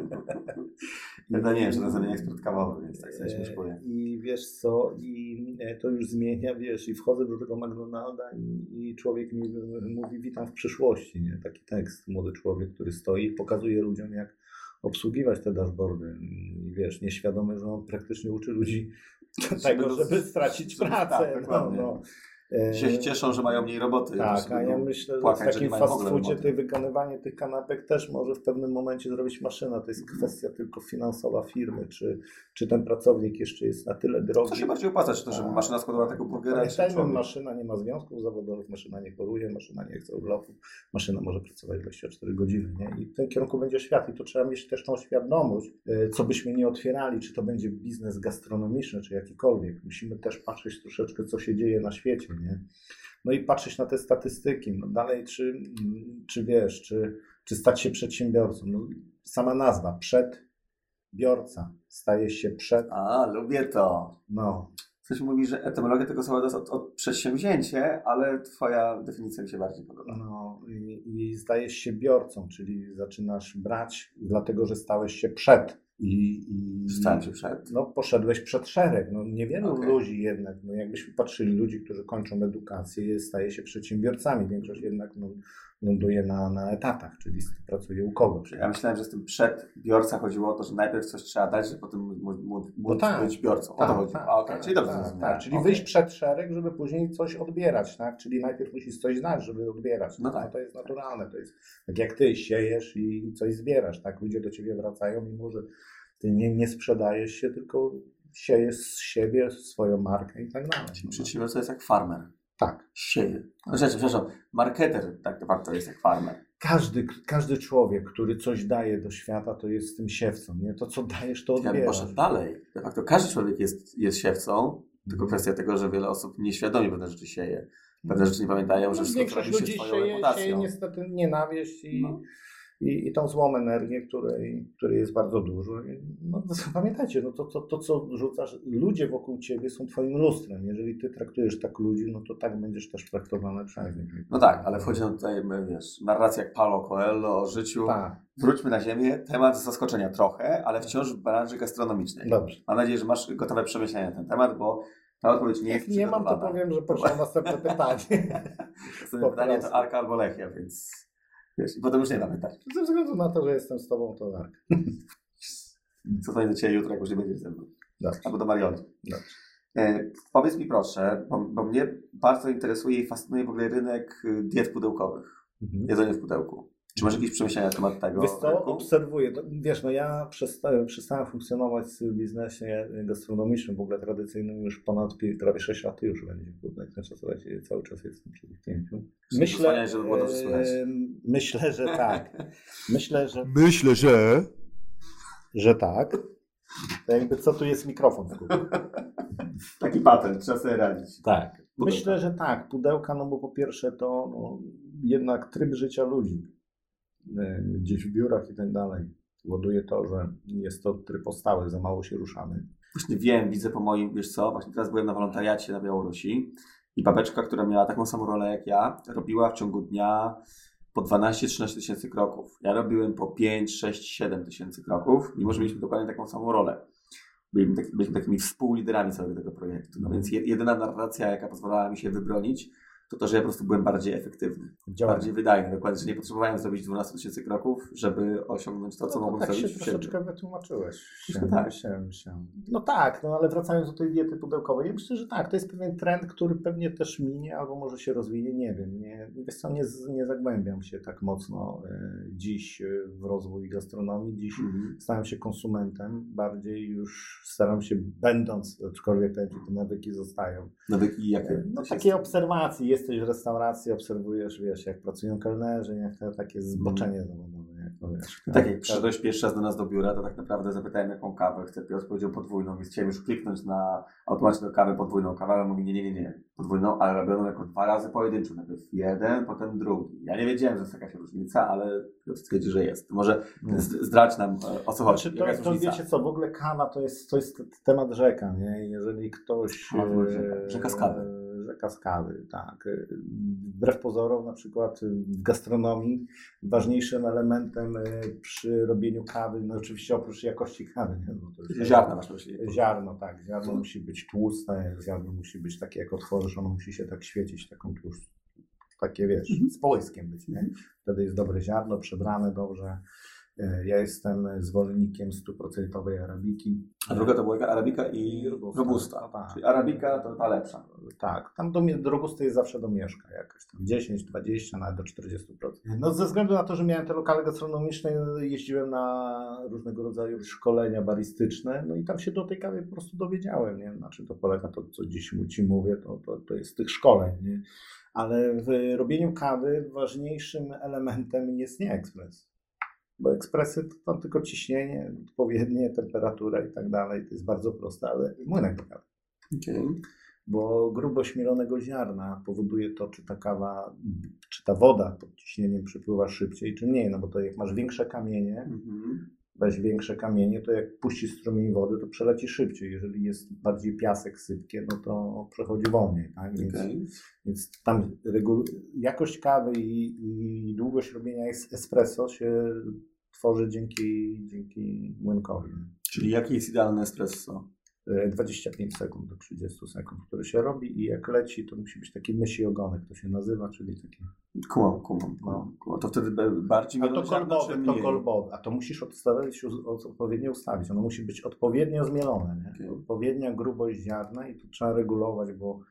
Ja nie wiem, że to jest ekspert kawowy, więc tak sobie śmieszkuję. I wiesz co, i to już zmienia, wiesz, i wchodzę do tego McDonalda i człowiek mi mówi, witam w przyszłości, nie? Taki tekst, młody człowiek, który stoi i pokazuje ludziom, jak obsługiwać te dashboardy. I wiesz, nieświadomy, że on praktycznie uczy ludzi tego, żeby stracić pracę. Tak, no. Się cieszą, że mają mniej roboty. Tak, a ja myślę, że w takim fast foodzie wykonywanie tych kanapek też może w pewnym momencie zrobić maszyna. To jest kwestia tylko finansowa firmy, czy ten pracownik jeszcze jest na tyle drogi. Co się bardziej opłaca, czy to, żeby maszyna składała tego burgera? Pamiętajmy, maszyna nie ma związków zawodowych, maszyna nie choruje, maszyna nie chce urlopów, maszyna może pracować 24 godziny. Nie? I w tym kierunku będzie świat i to trzeba mieć też tą świadomość, co byśmy nie otwierali, czy to będzie biznes gastronomiczny, czy jakikolwiek. Musimy też patrzeć troszeczkę, co się dzieje na świecie. Nie? No i patrzeć na te statystyki. No dalej, czy wiesz, czy stać się przedsiębiorcą. No, sama nazwa, przedbiorca, staje się przed... lubię to. No. Ktoś mówi, że etymologia tego słowa to jest od przedsięwzięcie, ale twoja definicja mi się bardziej podoba. No i stajesz się biorcą, czyli zaczynasz brać, dlatego że stałeś się przed. Stałem się przed? No, poszedłeś przed szereg. No, niewielu ludzi jednak, no, jakbyśmy patrzyli, ludzi, którzy kończą edukację, staje się przedsiębiorcami. Większość jednak ląduje na etatach, czyli pracuje u kogoś. Ja myślałem, że z tym przedbiorca chodziło o to, że najpierw coś trzeba dać, żeby potem móc być biorcą. O to chodzi. Czyli dobrze zrozumiałem. Czyli wyjść przed szereg, żeby później coś odbierać, tak? Czyli najpierw musisz coś znać, żeby odbierać. No tak. To jest naturalne. To jest tak jak ty siejesz i coś zbierasz, tak? Ludzie do ciebie wracają, mimo że ty nie sprzedajesz się, tylko siejesz z siebie swoją markę i tak dalej. Czyli przedsiębiorca jest jak farmer. Tak. Sieje. Przepraszam, marketer tak naprawdę jest jak farmer. Każdy człowiek, który coś daje do świata, to jest tym siewcą. Nie? To, co dajesz, to odbierasz. Ja bym poszedł dalej. De facto każdy człowiek jest siewcą, tylko kwestia tego, że wiele osób nieświadomie pewne rzeczy sieje. Pewne rzeczy nie pamiętają, że wszystko robi się swoją reputacją. Sieje niestety nienawiść i tą złą energię, której jest bardzo dużo. No, pamiętajcie, no to co rzucasz, ludzie wokół ciebie są twoim lustrem. Jeżeli ty traktujesz tak ludzi, no to tak będziesz też traktowany przez nich. No tak, ale wchodzi nam tutaj, narracja jak Paulo Coelho o życiu. Tak. Wróćmy na ziemię. Temat zaskoczenia trochę, ale wciąż w branży gastronomicznej. Dobrze. Mam nadzieję, że masz gotowe przemyślenia na ten temat, bo ta odpowiedź nie jest nie mam, to powiem, że proszę o następne pytanie. Następne pytanie to Arka albo Lechia, więc... Wiesz, i potem już nie da pytać. Ze względu na to, że jestem z tobą, to tak. Co to do ciebie jutro, jak już nie będziesz ze mną? Dobrze. Albo do Marioli. Powiedz mi proszę, bo mnie bardzo interesuje i fascynuje w ogóle rynek diet pudełkowych. Jedzenie w pudełku. Czy masz jakieś przemyślenia na temat tego? Wiesz co, obserwuję. Wiesz, no ja przestałem funkcjonować w biznesie gastronomicznym, w ogóle tradycyjnym już ponad prawie 6 lat już będzie. Cały czas jestem przy tych 5. Myślę, że tak. Myślę, że tak. To jakby co tu jest mikrofon? Taki patent, trzeba sobie radzić. Tak. Pudełka. Myślę, że tak. Pudełka, no bo po pierwsze to jednak tryb życia ludzi. Gdzieś w biurach i tak dalej. Powoduje to, że jest to tryb stały, za mało się ruszamy. Właśnie wiem, widzę po moim, wiesz co, właśnie teraz byłem na wolontariacie na Białorusi i babeczka, która miała taką samą rolę jak ja, robiła w ciągu dnia po 12-13 tysięcy kroków. Ja robiłem po 5, 6, 7 tysięcy kroków, mimo że mieliśmy dokładnie taką samą rolę. Byliśmy takimi współliderami całego tego projektu. No więc jedyna narracja, jaka pozwalała mi się wybronić, to, że ja po prostu byłem bardziej efektywny, bardziej wydajny. Dokładnie, że nie potrzebowałem zrobić 12 tysięcy kroków, żeby osiągnąć to, co mogłem zrobić. Tak się troszeczkę wytłumaczyłeś. Tak. No tak, ale wracając do tej diety pudełkowej, ja myślę, że tak, to jest pewien trend, który pewnie też minie, albo może się rozwinie, nie wiem. Wiesz co, nie zagłębiam się tak mocno dziś w rozwój gastronomii. Dziś stałem się konsumentem, bardziej już staram się, będąc, aczkolwiek te nawyki zostają. Nawyki jakie? No takie obserwacje. Jesteś w restauracji, obserwujesz, wiesz, jak pracują kelnerzy, jak to takie zboczenie zawodowe. Tak jak przyszedłeś pierwszy raz do nas do biura, to tak naprawdę zapytałem, jaką kawę chcę. Piotr powiedział podwójną, więc chciałem już kliknąć na automacie do kawy podwójną kawę, ale mówi nie. Podwójną, ale robioną jako 2 razy pojedynczą. Najpierw jeden, potem drugi. Ja nie wiedziałem, że jest jakaś różnica, ale Piotr stwierdzi, że jest. Może zdradź nam, o co chodzi. To wiecie co, w ogóle kawa to jest temat rzeka, nie? Jeżeli ktoś... Rzeka z kawy. Rzeka z kawy, tak. Wbrew pozorom, na przykład w gastronomii ważniejszym elementem przy robieniu kawy, no oczywiście oprócz jakości kawy. Nie? No to jest ziarno masz myśli. Ziarno, tak. Ziarno musi być tłuste, ziarno musi być takie, jak otworzysz, ono musi się tak świecić taką tłuszczą. Takie, wiesz, z połyskiem być, nie? Wtedy jest dobre ziarno, przebrane dobrze. Ja jestem zwolennikiem 100% arabiki. A druga to była arabika i robusta. Tak. Czyli arabika to ta lepsza. Tak, tam do robusty jest zawsze domieszka jakaś tam 10, 20, nawet do 40%. No ze względu na to, że miałem te lokale gastronomiczne, jeździłem na różnego rodzaju szkolenia baristyczne, no i tam się do tej kawy po prostu dowiedziałem, nie? Znaczy to polega to, co dziś Ci mówię, to jest tych szkoleń, nie? Ale w robieniu kawy ważniejszym elementem jest nie ekspres. Bo ekspresy to tam tylko ciśnienie, odpowiednie, temperatura i tak dalej. To jest bardzo proste, ale młynek do kawy. Okay. Bo grubość mielonego ziarna powoduje to, czy ta kawa, czy ta woda pod ciśnieniem przypływa szybciej, czy mniej. No bo to jak masz większe kamienie, weź większe kamienie, to jak puścisz strumień wody, to przeleci szybciej. Jeżeli jest bardziej piasek, sypkie, no to przechodzi wolniej. Tak? Więc tam jakość kawy i długość robienia espresso się tworzy dzięki młynkowi. Czyli jaki jest idealny espresso? 25 sekund do 30 sekund, który się robi i jak leci, to musi być taki mysi ogonek, to się nazywa, czyli taki... Kumam. To wtedy bardziej... A to kolbowe, a to musisz odpowiednio ustawić, ono musi być odpowiednio zmielone, nie? Okay. Odpowiednia grubość ziarna i to trzeba regulować, bo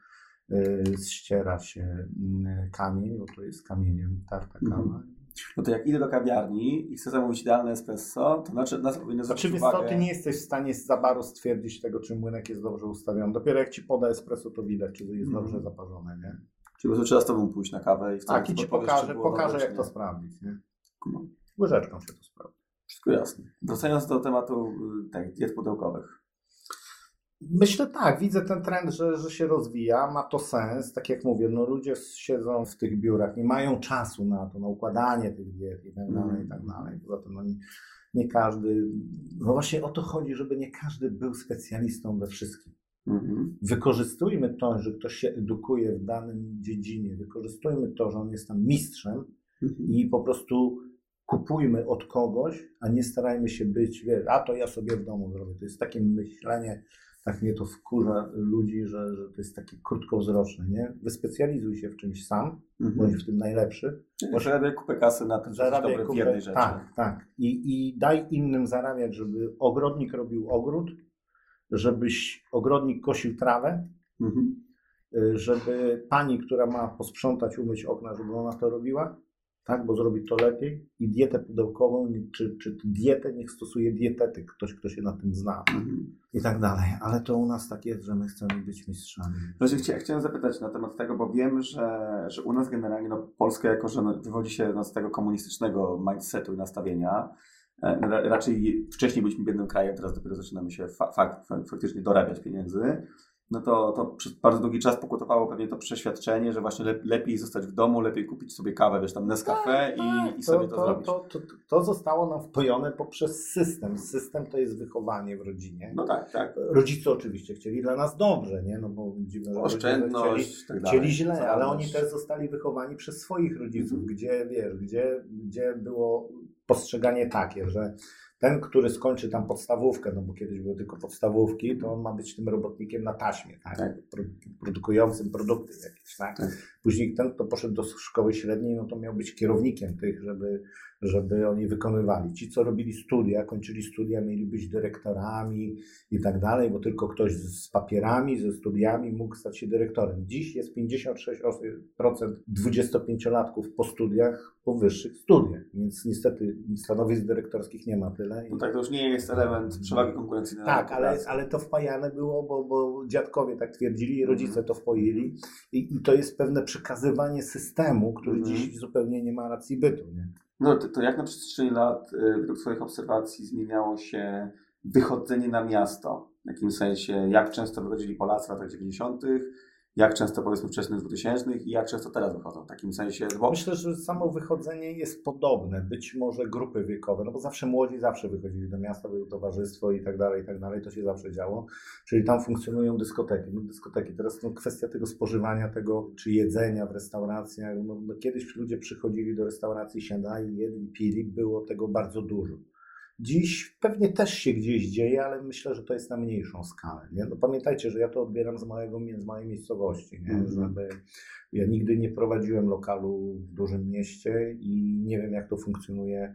ściera się kamień, bo to jest kamieniem tarta kawa. No to jak idę do kawiarni i chcę zamówić idealne espresso, to nas powinno zwrócić uwagę... Oczywiście ty nie jesteś w stanie za baru stwierdzić tego, czy młynek jest dobrze ustawiony. Dopiero jak ci poda espresso, to widać, czy jest dobrze zaparzone, nie? Czyli po prostu trzeba z tobą pójść na kawę i wtedy... Tak, i ci pokażę jak to sprawdzić, nie? Łyżeczką się to sprawdzi. Wszystko jasne. Wracając do tematu diet pudełkowych. Myślę tak, widzę ten trend, że się rozwija, ma to sens, tak jak mówię, no ludzie siedzą w tych biurach, nie mają czasu na to, na układanie tych diet i tak dalej, i tak dalej. Poza tym no nie każdy, no właśnie o to chodzi, żeby nie każdy był specjalistą we wszystkim. Wykorzystujmy to, że ktoś się edukuje w danym dziedzinie, wykorzystujmy to, że on jest tam mistrzem i po prostu kupujmy od kogoś, a nie starajmy się być, a to ja sobie w domu zrobię. To jest takie myślenie, tak mnie to wkurza ludzi, że to jest takie krótkowzroczne, nie? Wyspecjalizuj się w czymś sam, bądź w tym najlepszy. Zarabiaj kupę kasy na tym, że dobre w jednej rzeczy. Tak. I daj innym zarabiać, żeby ogrodnik robił ogród, żebyś ogrodnik kosił trawę, żeby pani, która ma posprzątać, umyć okna, żeby ona to robiła, tak, bo zrobi to lepiej i dietę pudełkową, czy dietę niech stosuje dietetyk, ktoś, kto się na tym zna i tak dalej. Ale to u nas tak jest, że my chcemy być mistrzami. Chciałem zapytać na temat tego, bo wiem, że u nas generalnie Polska, jako że wywodzi się z tego komunistycznego mindsetu i nastawienia, raczej wcześniej byliśmy biednym krajem, teraz dopiero zaczynamy się faktycznie dorabiać pieniędzy. No to przez bardzo długi czas pokutowało pewnie to przeświadczenie, że właśnie lepiej zostać w domu, lepiej kupić sobie kawę, wiesz, tam Nescafé i sobie to zrobić. To zostało nam wpojone poprzez system. System to jest wychowanie w rodzinie. No tak. Rodzice oczywiście chcieli dla nas dobrze, nie? No bo widzimy, że oszczędność, chcieli źle, ale oni też zostali wychowani przez swoich rodziców, gdzie było postrzeganie takie, że ten, który skończy tam podstawówkę, no bo kiedyś były tylko podstawówki, to on ma być tym robotnikiem na taśmie, tak? Produkującym produkty jakieś, tak? Później ten, kto poszedł do szkoły średniej, no to miał być kierownikiem tych, żeby oni wykonywali. Ci, co robili studia, kończyli studia, mieli być dyrektorami i tak dalej, bo tylko ktoś z papierami, ze studiami mógł stać się dyrektorem. Dziś jest 56% 25-latków po studiach, po wyższych studiach, więc niestety stanowisk dyrektorskich nie ma tyle. No tak, to już nie jest element przewagi konkurencyjnej. Tak, ale to wpajane było, bo dziadkowie tak twierdzili, rodzice to wpoili i to jest pewne przekazywanie systemu, który dziś zupełnie nie ma racji bytu, nie? No to jak na przestrzeni lat według Twoich obserwacji zmieniało się wychodzenie na miasto? W jakim sensie, jak często wychodzili Polacy w latach 90., jak często powiedzmy wczesnych 2000 i jak często teraz wychodzą? W takim sensie... Myślę, że samo wychodzenie jest podobne, być może grupy wiekowe, no bo zawsze młodzi zawsze wychodzili do miasta, było towarzystwo i tak dalej, to się zawsze działo. Czyli tam funkcjonują dyskoteki. No dyskoteki. Teraz kwestia tego spożywania, tego czy jedzenia w restauracjach. No, kiedyś ludzie przychodzili do restauracji, siadali, jedli, pili, było tego bardzo dużo. Dziś pewnie też się gdzieś dzieje, ale myślę, że to jest na mniejszą skalę. Nie? No pamiętajcie, że ja to odbieram z mojej miejscowości. Nie? Ja nigdy nie prowadziłem lokalu w dużym mieście i nie wiem, jak to funkcjonuje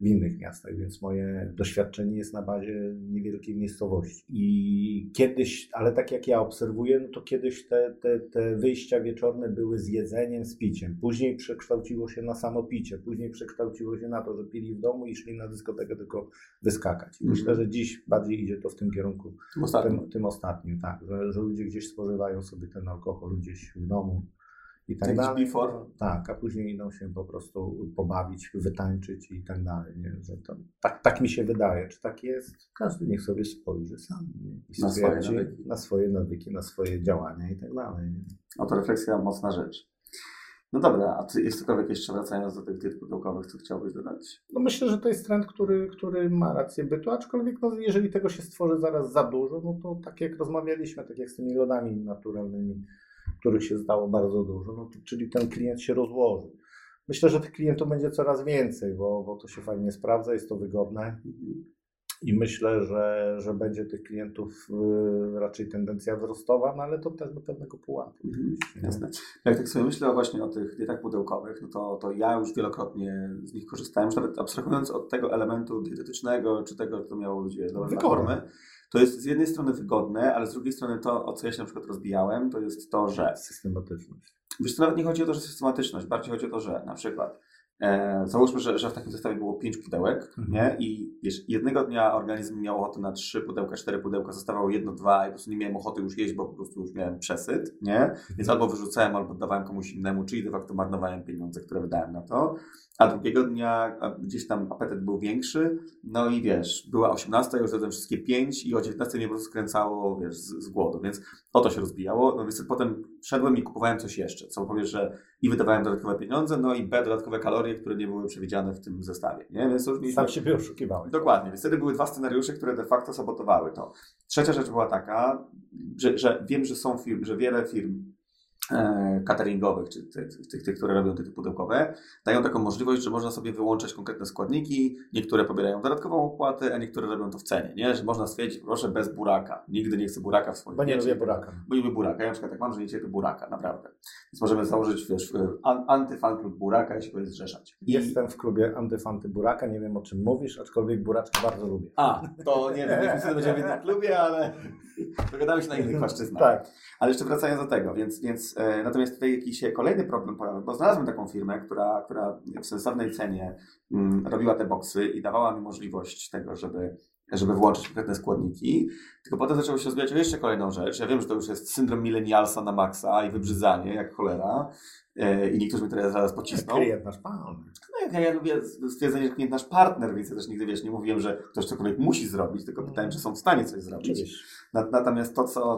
w innych miastach, więc moje doświadczenie jest na bazie niewielkiej miejscowości. I kiedyś, ale tak jak ja obserwuję, no to kiedyś te wyjścia wieczorne były z jedzeniem, z piciem. Później przekształciło się na samo picie. Później przekształciło się na to, że pili w domu i szli na dyskotekę tylko wyskakać. I myślę, że dziś bardziej idzie to w tym kierunku, tym ostatnim, tak, że ludzie gdzieś spożywają sobie ten alkohol gdzieś w domu. I tak dalej. Tak, a później idą się po prostu pobawić, wytańczyć i tak dalej. Nie? Że to, tak mi się wydaje. Czy tak jest? Każdy niech sobie spojrzy sam. I na swoje nawyki, na swoje działania i tak dalej. Nie? Autorefleksja, mocna rzecz. No dobra, a jest cokolwiek jeszcze, wracając do tych diet pudełkowych, co chciałbyś dodać? No myślę, że to jest trend, który ma rację bytu, aczkolwiek no, jeżeli tego się stworzy zaraz za dużo, no to tak jak rozmawialiśmy, tak jak z tymi lodami naturalnymi, których się zdało bardzo dużo, no to, czyli ten klient się rozłoży. Myślę, że tych klientów będzie coraz więcej, bo to się fajnie sprawdza, jest to wygodne i myślę, że będzie tych klientów raczej tendencja wzrostowa, no ale to też do pewnego pułapu. Jasne. Jak tak sobie myślę właśnie o tych dietach pudełkowych, no to ja już wielokrotnie z nich korzystałem, już nawet abstrahując od tego elementu dietetycznego, czy tego, że to miało być dobre formy. To jest z jednej strony wygodne, ale z drugiej strony to, o co ja się na przykład rozbijałem, to jest to, że... Systematyczność. Wiesz, to nawet nie chodzi o to, że systematyczność, bardziej chodzi o to, że na przykład załóżmy, że w takim zestawie było 5 pudełek, nie? I wiesz, jednego dnia organizm miał ochotę na 3 pudełka, 4 pudełka, zostawało 1, 2 i po prostu nie miałem ochoty już jeść, bo po prostu już miałem przesyt, nie? Więc albo wyrzucałem, albo dawałem komuś innemu, czyli de facto marnowałem pieniądze, które wydałem na to. A drugiego dnia gdzieś tam apetyt był większy, no i wiesz, była 18, już zjadłem wszystkie 5 i o 19 mnie po prostu skręcało, wiesz, z głodu, więc o to się rozbijało. No więc potem szedłem i kupowałem coś jeszcze, co powiesz, że i wydawałem dodatkowe pieniądze, no i dodatkowe kalorie, które nie były przewidziane w tym zestawie, nie? Więc to już mieliśmy... Sam siebie oszukiwałeś. Dokładnie, więc wtedy były 2 scenariusze, które de facto sabotowały to. Trzecia rzecz była taka, że wiem, że są firmy, że wiele firm cateringowych, czy tych, które robią te pudełkowe, dają taką możliwość, że można sobie wyłączać konkretne składniki, niektóre pobierają dodatkową opłatę, a niektóre robią to w cenie, nie? Że można stwierdzić, proszę, bez buraka. Nigdy nie chcę buraka w swoim Bo nie lubię buraka. Bo nie lubię buraka. Ja na przykład tak mam, że nie cierpię buraka, naprawdę. Więc możemy założyć, wiesz, antyfan klub buraka i się go zrzeszać. Jestem w klubie antyfanty buraka, nie wiem o czym mówisz, aczkolwiek buraczki bardzo lubię. To nie wiem, jak wtedy będziemy w jednym klubie, ale dogadamy się na innych płaszczyznach. Tak. Ale jeszcze wracając do tego, więc natomiast tutaj jakiś się kolejny problem pojawił, bo znalazłem taką firmę, która w sensownej cenie robiła te boksy i dawała mi możliwość tego, żeby włączyć konkretne składniki. Tylko potem zaczęło się rozwijać o jeszcze kolejną rzecz. Ja wiem, że to już jest syndrom millennialsa na maksa i wybrzydzanie jak cholera. I niektórzy mnie teraz zaraz pocisną. Klient nasz pan. No ja lubię stwierdzenie, że klient nasz partner, więc ja też nigdy, wiesz, nie mówiłem, że ktoś cokolwiek musi zrobić, tylko pytałem, czy są w stanie coś zrobić. Natomiast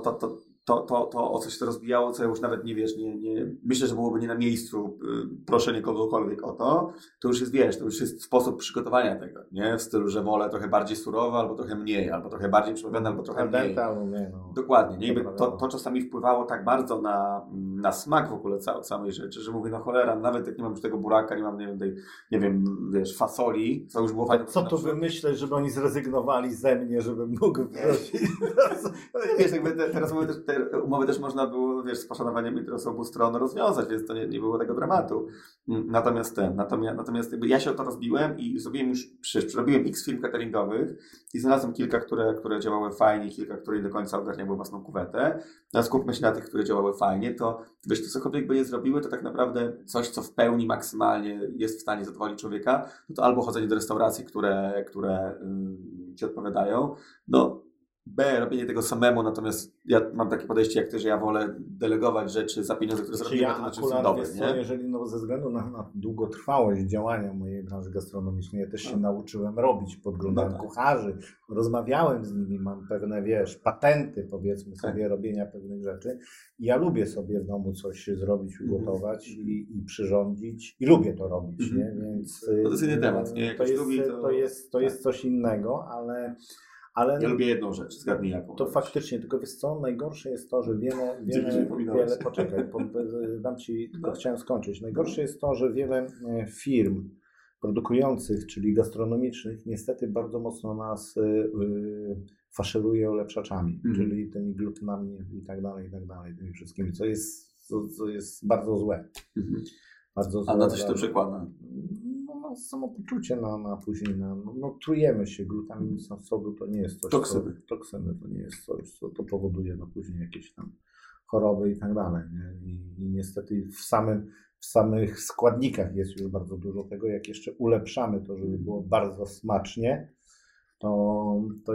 to, o co się to rozbijało, co ja już nawet nie wiesz, nie myślę, że byłoby nie na miejscu proszenie kogokolwiek o to już jest, wiesz, to już jest sposób przygotowania tego, nie? W stylu, że wolę trochę bardziej surowe, albo trochę mniej, albo trochę bardziej przyprawione, albo trochę mniej. No. Dokładnie, nie? To czasami wpływało tak bardzo na smak w ogóle całej rzeczy, że mówię, no cholera, nawet jak nie mam już tego buraka, nie mam, nie wiem, wiesz, fasoli, co już było fajne. Co tu wymyśleć, żeby oni zrezygnowali ze mnie, żebym mógł prosić? Wiesz, jakby te umowy też można było, wiesz, z poszanowaniem interesu obu stron rozwiązać, więc to nie było tego dramatu. Natomiast jakby ja się o to rozbiłem i zrobiłem przerobiłem x firm cateringowych i znalazłem kilka, które działały fajnie, kilka, które nie do końca ogarniały własną kuwetę. No, skupmy się na tych, które działały fajnie, to wiesz, to cokolwiek by nie zrobiły, to tak naprawdę coś, co w pełni maksymalnie jest w stanie zadowolić człowieka, no to albo chodzenie do restauracji, które ci odpowiadają, no robienie tego samemu, natomiast ja mam takie podejście jak ty, że ja wolę delegować rzeczy za pieniądze, które zarobimy, to znaczy są dobre, nie? Jeżeli ze względu na długotrwałość działania mojej branży gastronomicznej, ja też się nauczyłem robić, podglądałem kucharzy, rozmawiałem z nimi, mam pewne, wiesz, patenty, powiedzmy sobie, robienia pewnych rzeczy i ja lubię sobie w domu coś zrobić, ugotować i przyrządzić i lubię to robić, nie? Więc to jest inny temat, nie? To jest coś innego, ale ja lubię jedną rzecz, zgadnij jaką. To faktycznie, tylko wiesz co, najgorsze jest to, że wiele poczekaj, dam ci, tylko chciałem skończyć. Najgorsze jest to, że wiele firm produkujących, czyli gastronomicznych, niestety bardzo mocno nas faszeruje ulepszaczami, czyli tymi glutenami i tak dalej, tymi wszystkimi, co jest bardzo złe. Bardzo złe. A na co się to przekłada? samopoczucie na później, trujemy się, glutamin sodu to nie jest coś, toksyny to nie jest coś, co to powoduje później jakieś tam choroby i tak dalej, nie? I niestety w samych składnikach jest już bardzo dużo tego, jak jeszcze ulepszamy to, żeby było bardzo smacznie, to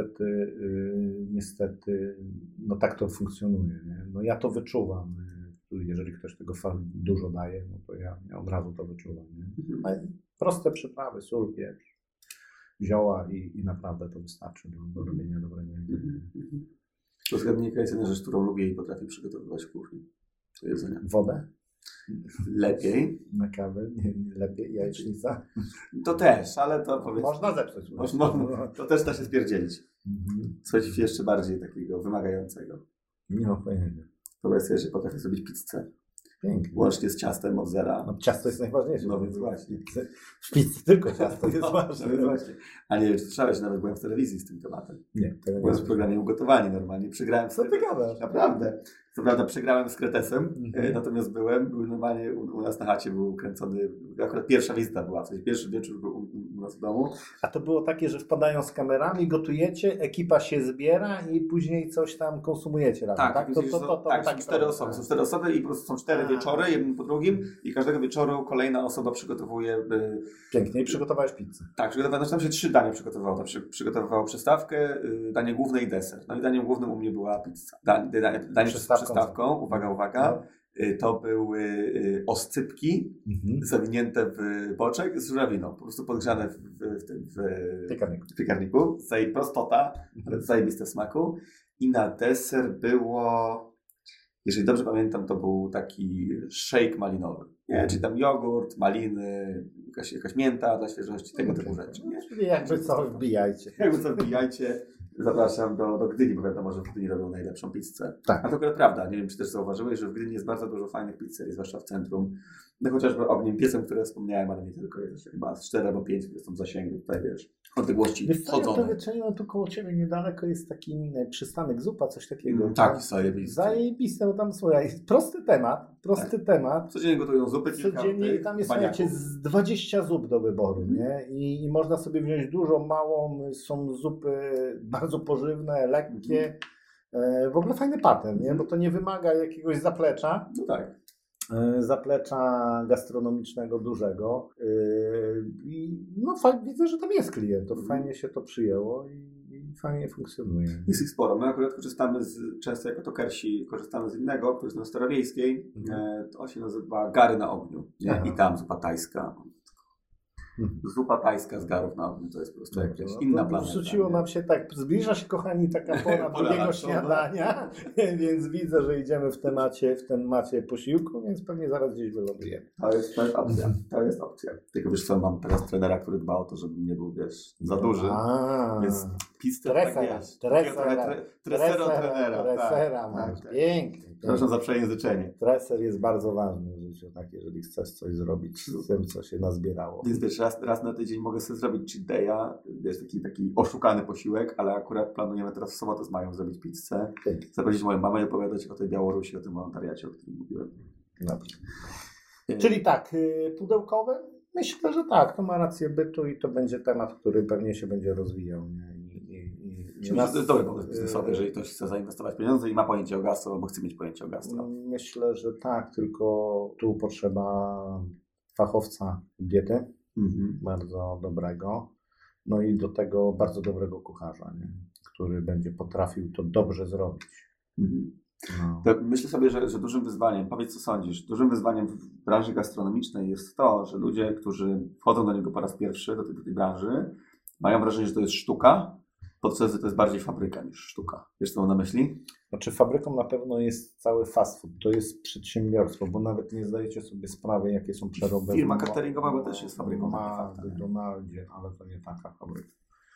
niestety tak to funkcjonuje, nie? No ja to wyczuwam. Jeżeli ktoś tego dużo daje, no to ja od razu to wyczuwam. Nie? Proste przyprawy, sól, pieprz, zioła i naprawdę to wystarczy do robienia dobrego jedzenia. To zgadnijka jest jedna rzecz, którą lubię i potrafię przygotowywać w kuchni do jedzenia. Wodę? Lepiej. Na kawę? Nie, lepiej. Jajecznica? To też, ale to powiedzmy... Można zepsuć. To też da się spierdzielić. Coś jeszcze bardziej takiego wymagającego. Nie mam pojęcia. Powiedz sobie, że potrafię zrobić pizzę. Pięknie. Łącznie z ciastem od zera. No, ciasto jest najważniejsze. No więc właśnie. W pizzy tylko ciasto jest ważne. No właśnie. A nie wiem, czy słyszałeś, nawet byłem w telewizji z tym tematem. Nie. Byłem w programie Ugotowani normalnie. Przegrałem Co ty gadasz? Naprawdę. Co prawda przegrałem z Kretesem, natomiast był normalnie u nas na chacie, był kręcony, akurat pierwsza wizyta była, pierwszy wieczór był u nas w domu. A to było takie, że wpadają z kamerami, gotujecie, ekipa się zbiera i później coś tam konsumujecie razem, tak? Są 4 osoby. Są 4 osoby i po prostu są 4 wieczory, jeden po drugim i każdego wieczoru kolejna osoba przygotowuje... Pięknie. I przygotowałeś pizzę. Tak, przygotowałem. Tam się 3 dania przygotowywało. Przygotowywało przystawkę, danie główne i deser. No i daniem głównym u mnie była pizza. Danie z przystawką. Uwaga. No. To były oscypki zawinięte w boczek z żurawiną. Po prostu podgrzane w piekarniku. Prostota, ale zajebiste smaku. I na deser było... Jeżeli dobrze pamiętam, to był taki shake malinowy. Nie? Czyli tam jogurt, maliny, jakaś mięta dla świeżości, tego typu rzeczy. Czyli jakby co, wbijajcie. Zapraszam do Gdyni, bo wiadomo, że w Gdyni robią najlepszą pizzę. Tak. A to akurat prawda. Nie wiem, czy też zauważyłeś, że w Gdyni jest bardzo dużo fajnych pizzerii, zwłaszcza w centrum. No chociażby Ogniem Piecem, które wspomniałem, ale nie tylko. Jest chyba 4 albo 5, które są w zasięgu. Tutaj wiesz, odległości wchodzone. Tu koło Ciebie niedaleko jest taki przystanek Zupa, coś takiego. Tak, zajebiste. Bo tam słuchaj, prosty temat. Codziennie gotują zupy. Codziennie tam jest, słuchajcie, z 20 zup do wyboru, nie? I można sobie wziąć dużą, małą, są zupy bardzo pożywne, lekkie. W ogóle fajny pattern, nie? Bo to nie wymaga jakiegoś zaplecza. No tak. Zaplecza gastronomicznego dużego. I widzę, że tam jest klientów. Fajnie się to przyjęło i fajnie funkcjonuje. Jest ich sporo. My akurat korzystamy często jako tokersi, korzystamy z innego, który jest na Starowiejskiej. To się nazywa Gary na ogniu. I tam zupa tajska. Zupa tajska z garów na ogniu to jest po prostu jakaś inna planeta. Rzuciło nam się tak, zbliża się, kochani taka pora drugiego śniadania, więc widzę, że idziemy w temacie posiłku, więc pewnie zaraz gdzieś wylądujemy. To jest opcja. Tylko wiesz co, mam teraz trenera, który dba o to, żeby nie był, wiesz, za duży. Więc pizzę Tresera masz, pięknie. Proszę za przejęzyczenie. Treser jest bardzo ważny w życiu, tak, jeżeli chcesz coś zrobić z tym, co się nazbierało. Więc wiesz, raz na tydzień mogę sobie zrobić cheat day'a, wiesz, taki oszukany posiłek, ale akurat planujemy teraz w sobotę z Mają zrobić pizzę. Zaprosić moją mamę i opowiadać o tej Białorusi, o tym wolontariacie, o którym mówiłem. Dobrze. Czyli tak, pudełkowe? Myślę, że tak, to ma rację bytu i to będzie temat, który pewnie się będzie rozwijał. To jest dobry pomysł biznesowy, jeżeli ktoś chce zainwestować pieniądze i ma pojęcie o gastro, albo chce mieć pojęcie o gastro. Myślę, że tak, tylko tu potrzeba fachowca diety, bardzo dobrego, no i do tego bardzo dobrego kucharza, nie? Który będzie potrafił to dobrze zrobić. No. Myślę sobie, że dużym wyzwaniem, powiedz co sądzisz, dużym wyzwaniem w branży gastronomicznej jest to, że ludzie, którzy wchodzą do niego po raz pierwszy, do tej branży, mają wrażenie, że to jest sztuka, podczas gdy to jest bardziej fabryka niż sztuka. Wiesz, co mam na myśli? Znaczy fabryką na pewno jest cały fast food, to jest przedsiębiorstwo, bo nawet nie zdajecie sobie sprawy, jakie są przeroby. Firma cateringowa też jest fabryką. W McDonaldzie, ale to nie taka fabryka.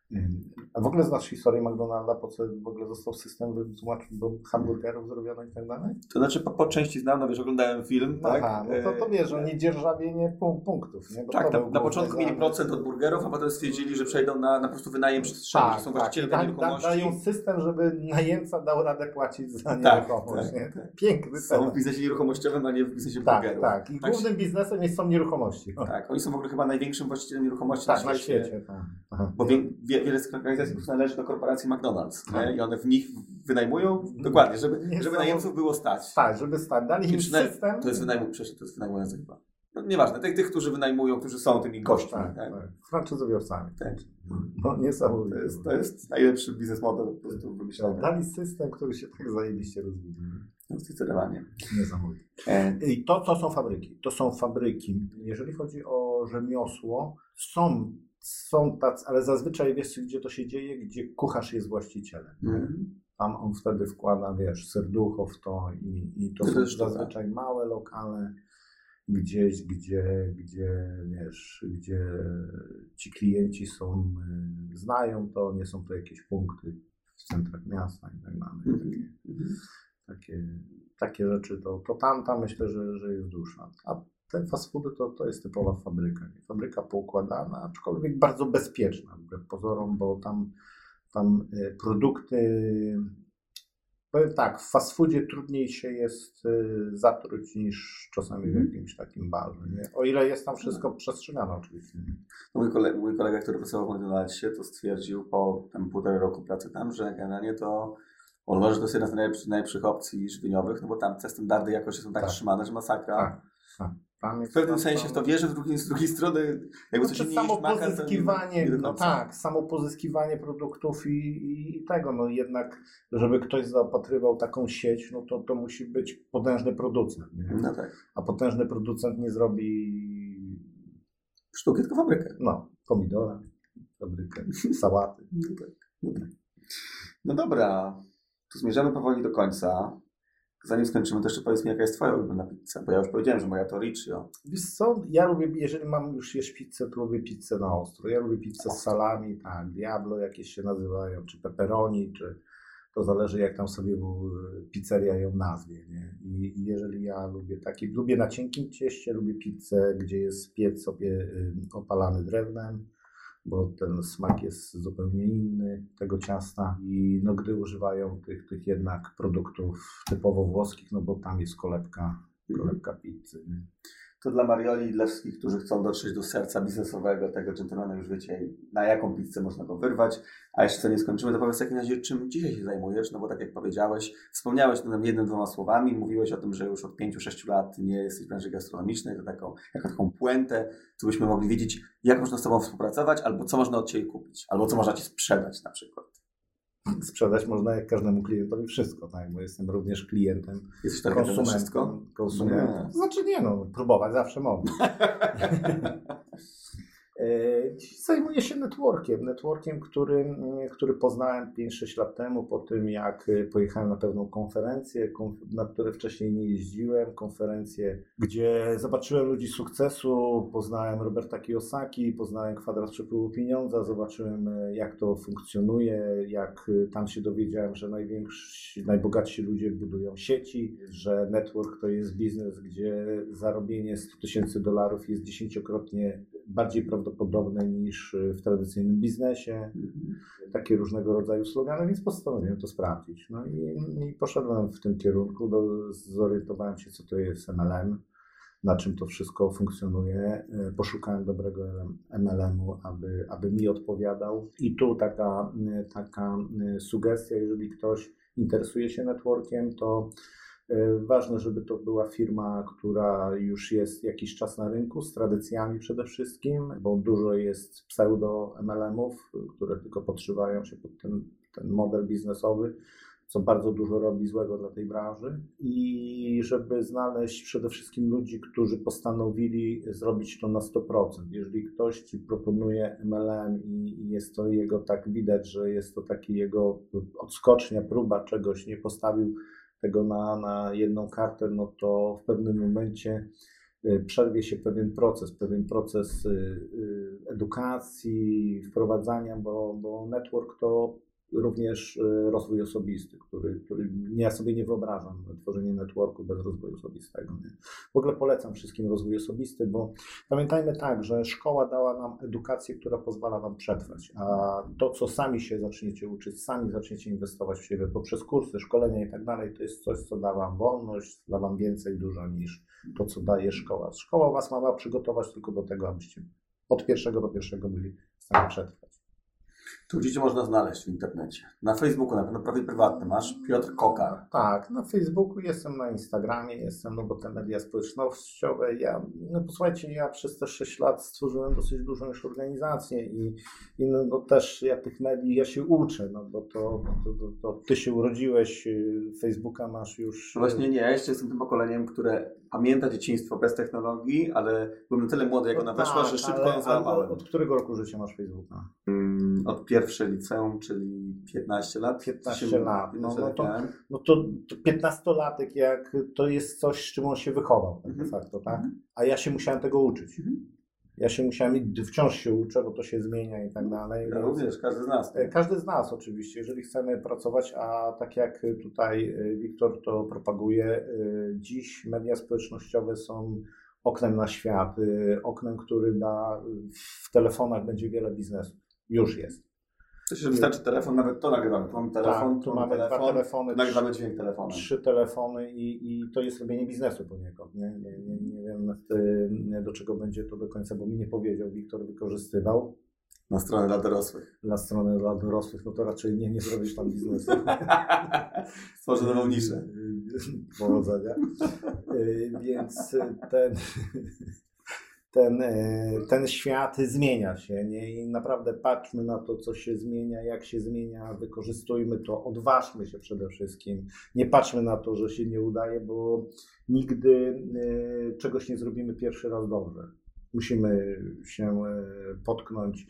A w ogóle znasz historię McDonalda, po co w ogóle został system do hamburgerów zrobiony i tak dalej? To znaczy po części znam, no wiesz, oglądałem film, tak? Aha, no to wiesz, oni dzierżawienie punktów. Nie? Bo Tak, to na początku mieli procent od burgerów, a potem stwierdzili, że przejdą na po prostu wynajem przestrzeni, że są właścicielem nieruchomości. Dają system, żeby najemca dał radę płacić za nieruchomość. Nie? Piękny są w biznesie nieruchomościowym, a nie w biznesie burgerów. Tak. I głównym biznesem są nieruchomości. Tak, oni są w ogóle chyba największym właścicielem nieruchomości na świecie. Tak. Bo wiele z organizacji należy do korporacji McDonald's. Nie? I one w nich wynajmują, dokładnie, żeby najemców było stać. Tak, żeby stać. Dali im system. To jest wynajmujący chyba. No, nieważne, tych, którzy wynajmują, którzy są tymi gośćmi. Tak. Franczyzobiorcami. Tak. No niesamowite. To jest najlepszy biznes model po prostu wymyślony. Dali system, który się tak zajebiście rozwija. Zdecydowanie. Niesamowite. I to są fabryki. To są fabryki. Jeżeli chodzi o rzemiosło, są tacy, ale zazwyczaj wiesz, gdzie to się dzieje, gdzie kucharz jest właścicielem. Tam on wtedy wkłada, wiesz, serducho w to i to są zazwyczaj małe lokale gdzieś, gdzie wiesz, gdzie ci klienci znają to, nie są to jakieś punkty w centrach miasta i tak dalej. Takie rzeczy, to tam myślę, że jest dusza. A te fast foody to jest typowa fabryka. Nie? Fabryka poukładana, aczkolwiek bardzo bezpieczna wbrew pozorom, bo tam produkty. Powiem tak, w fast foodzie trudniej się jest zatruć niż czasami w jakimś takim barze. Nie? O ile jest tam wszystko przestrzegane oczywiście. Mój kolega, który pracował w McDonald'sie, to stwierdził po tam 1,5 roku pracy tam, że generalnie to on uważa, że to jest jedna z najlepszych opcji żywieniowych, no bo tam te standardy jakości są tak trzymane, że masakra. Tak. W pewnym sensie w to wierzę, z drugiej strony jakby coś innego niż maka, samo pozyskiwanie produktów i tego, no jednak, żeby ktoś zaopatrywał taką sieć, no to musi być potężny producent. Nie? No tak. A potężny producent nie zrobi sztuki, tylko fabrykę. No, pomidora, fabrykę, sałaty. No dobra, to zmierzamy powoli do końca. Zanim skończymy, to jeszcze powiedz mi, jaka jest twoja ulubiona pizza, bo ja już powiedziałem, że moja to Riccio. Wiesz co, ja lubię, jeżeli mam już jeść pizzę, to lubię pizzę na ostro. Ja lubię pizzę z salami, tak, Diablo jakieś się nazywają, czy pepperoni, czy to zależy jak tam sobie pizzeria ją nazwie, nie? I jeżeli ja lubię na cienkim cieście, lubię pizzę, gdzie jest piec sobie opalany drewnem, bo ten smak jest zupełnie inny tego ciasta i no, gdy używają tych jednak produktów typowo włoskich, no bo tam jest kolebka pizzy. Nie? To dla Marioli i dla wszystkich, którzy chcą dotrzeć do serca biznesowego tego dżentelmena, już wiecie, na jaką pizzę można go wyrwać. A jeszcze co nie skończymy, to powiedz w takim razie, czym dzisiaj się zajmujesz, no bo tak jak powiedziałeś, wspomniałeś nam 1-2 słowami, mówiłeś o tym, że już od 5-6 lat nie jesteś w branży gastronomicznej, to jako taką puentę, co byśmy mogli wiedzieć, jak można z tobą współpracować, albo co można od ciebie kupić, albo co można ci sprzedać na przykład. Sprzedać można jak każdemu klientowi wszystko, tak? Bo jestem również klientem, jesteś konsumentem. Znaczy nie, próbować zawsze mogę. Zajmuję się networkiem, który poznałem 5-6 lat temu, po tym jak pojechałem na pewną konferencję, na które wcześniej nie jeździłem, konferencję, gdzie zobaczyłem ludzi sukcesu, poznałem Roberta Kiyosaki, poznałem kwadrat przepływu pieniądza, zobaczyłem jak to funkcjonuje, jak tam się dowiedziałem, że najbogatsi ludzie budują sieci, że network to jest biznes, gdzie zarobienie $100,000 jest 10-krotnie bardziej prawdopodobne niż w tradycyjnym biznesie. Takie różnego rodzaju slogany, więc postanowiłem to sprawdzić. No i poszedłem w tym kierunku, zorientowałem się, co to jest MLM, na czym to wszystko funkcjonuje. Poszukałem dobrego MLM-u, aby mi odpowiadał. I tu taka sugestia, jeżeli ktoś interesuje się networkiem, to ważne, żeby to była firma, która już jest jakiś czas na rynku, z tradycjami przede wszystkim, bo dużo jest pseudo-MLM-ów, które tylko podszywają się pod ten model biznesowy, co bardzo dużo robi złego dla tej branży. I żeby znaleźć przede wszystkim ludzi, którzy postanowili zrobić to na 100%. Jeżeli ktoś ci proponuje MLM i jest to jego, tak widać, że jest to taki jego odskocznia, próba czegoś, nie postawił tego na jedną kartę, no to w pewnym momencie przerwie się pewien proces edukacji, wprowadzania, bo network to również rozwój osobisty, który ja sobie nie wyobrażam tworzenie networku bez rozwoju osobistego. Nie? W ogóle polecam wszystkim rozwój osobisty, bo pamiętajmy tak, że szkoła dała nam edukację, która pozwala nam przetrwać, a to, co sami się zaczniecie uczyć, sami zaczniecie inwestować w siebie poprzez kursy, szkolenia i tak dalej, to jest coś, co da wam wolność, da wam więcej dużo niż to, co daje szkoła. Szkoła was ma przygotować tylko do tego, abyście od pierwszego do pierwszego byli w stanie przetrwać. Tu gdzieś można znaleźć w internecie. Na Facebooku na pewno profil prywatny masz, Piotr Kokar. Tak, na Facebooku jestem, na Instagramie jestem, no bo te media społecznościowe, posłuchajcie, ja przez te 6 lat stworzyłem dosyć dużą już organizację i no też ja tych mediów, ja się uczę, no bo to ty się urodziłeś, Facebooka masz już... Właśnie nie, ja jeszcze jestem tym pokoleniem, które pamięta dzieciństwo bez technologii, ale byłem na tyle młody, jak ona weszła, że szybko ją załamałem. Od którego roku życia masz Facebooka? Od pierwsze liceum, czyli 15 lat. 15 lat. No to 15-latek, jak to jest coś, z czym on się wychował, de facto, tak? A ja się musiałem tego uczyć. Ja się musiałem, wciąż się uczę, bo to się zmienia i tak dalej. Ja również, każdy z nas. Każdy z nas oczywiście, jeżeli chcemy pracować, a tak jak tutaj Wiktor to propaguje, dziś media społecznościowe są oknem na świat, oknem, który da, w telefonach będzie wiele biznesów. Już jest. To się wystarczy telefon, nawet to nagrywamy. Tu mamy telefon, tak, tu mamy telefon, 2 telefony, nagrywamy dźwięk telefonem. 3 telefony i to jest robienie biznesu poniekąd. Nie wiem, do czego będzie to do końca, bo mi nie powiedział. Wiktor wykorzystywał. Na stronę dla dorosłych. Na stronę dla dorosłych, no to raczej nie zrobisz tam biznesu. Stworzę nową niszę. Powodzenia. Więc ten świat zmienia się, nie? I naprawdę patrzmy na to, co się zmienia, jak się zmienia, wykorzystujmy to, odważmy się przede wszystkim. Nie patrzmy na to, że się nie udaje, bo nigdy czegoś nie zrobimy pierwszy raz dobrze. Musimy się potknąć.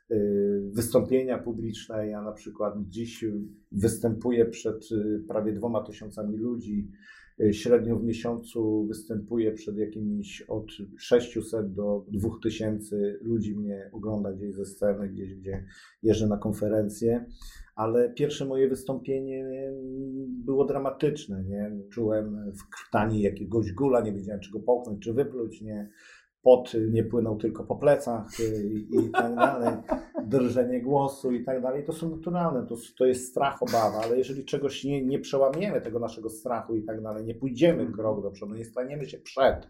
Wystąpienia publiczne. Ja na przykład dziś występuję przed prawie 2000 ludzi. Średnio w miesiącu występuję przed jakimiś od 600 do 2000 ludzi mnie ogląda gdzieś ze sceny, gdzie jeżdżę na konferencje. Ale pierwsze moje wystąpienie było dramatyczne. Nie? Czułem w krtani jakiegoś gula, nie wiedziałem, czy go połknąć, czy wypluć. Nie? Pot nie płynął tylko po plecach i tak dalej, drżenie głosu i tak dalej, to są naturalne, to jest strach, obawa, ale jeżeli czegoś nie przełamiemy tego naszego strachu i tak dalej, nie pójdziemy krok do przodu, nie staniemy się przed,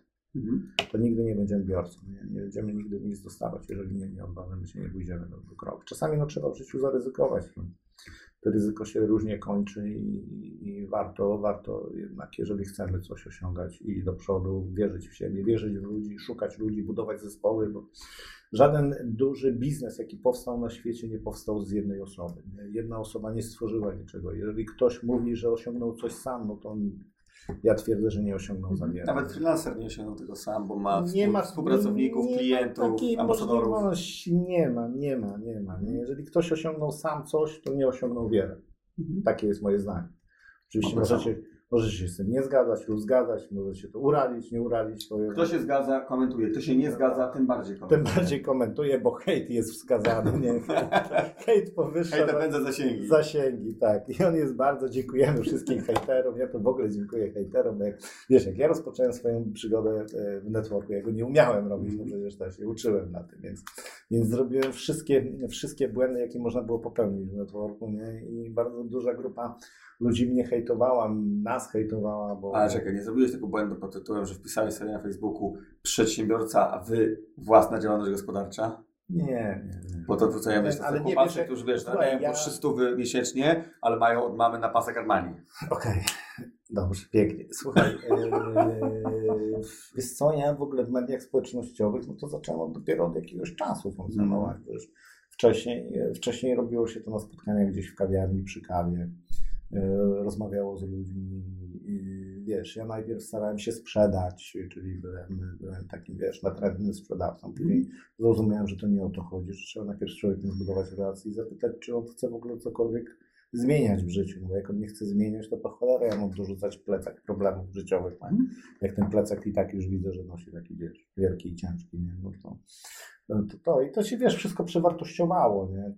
to nigdy nie będziemy biorcą, nie będziemy nigdy nic dostawać, jeżeli nie odważymy się, nie pójdziemy do kroku. Czasami trzeba w życiu zaryzykować. To ryzyko się różnie kończy i warto jednak, jeżeli chcemy coś osiągać i do przodu, wierzyć w siebie, wierzyć w ludzi, szukać ludzi, budować zespoły, bo żaden duży biznes, jaki powstał na świecie, nie powstał z jednej osoby. Jedna osoba nie stworzyła niczego. Jeżeli ktoś mówi, że osiągnął coś sam, no to ja twierdzę, że nie osiągnął za wiele. Nawet freelancer nie osiągnął tego sam, bo ma współpracowników, klientów, ambasadorów. Nie ma. Jeżeli ktoś osiągnął sam coś, to nie osiągnął wiele. Takie jest moje zdanie. Oczywiście możecie się z tym nie zgadzać lub zgadzać, możecie to uradzić, nie uradzić. Kto się zgadza, komentuje. Kto się nie zgadza, tym bardziej komentuje. Tym bardziej komentuje, bo hejt jest wskazany. Nie? Hejt powyższa zasięgi, tak. I on jest bardzo, dziękujemy wszystkim hejterom. Ja to w ogóle dziękuję hejterom. Jak ja rozpocząłem swoją przygodę w networku, ja go nie umiałem robić, no przecież też się uczyłem na tym, więc zrobiłem wszystkie błędy, jakie można było popełnić w networku, nie? I bardzo duża grupa ludzi mnie hejtowała, nas hejtowała, bo... Ale czekaj, nie zrobiłeś tego błędu pod tytułem, że wpisałeś sobie na Facebooku przedsiębiorca, a wy własna działalność gospodarcza? Nie. Bo to wrzucają jeszcze te chłopacy, którzy zarabiają po 300 miesięcznie, ale mają od mamy na pasek Armani. Okej. Dobrze, pięknie. Słuchaj, wiesz co, ja w ogóle w mediach społecznościowych, no to zaczęło dopiero od jakiegoś czasu funkcjonować. Wcześniej robiło się to na spotkaniach gdzieś w kawiarni, przy kawie. Rozmawiało z ludźmi. Wiesz, ja najpierw starałem się sprzedać, czyli byłem takim, natrętnym sprzedawcą. Później zrozumiałem, że to nie o to chodzi, że trzeba najpierw z człowiekiem zbudować relacje i zapytać, czy on chce w ogóle cokolwiek zmieniać w życiu. No bo jak on nie chce zmieniać, to po cholerę ja mam dorzucać plecak problemów życiowych. Jak ten plecak i tak już widzę, że nosi taki, wiesz, wielki i ciężki, nie? No i to się, wiesz, wszystko przewartościowało, nie?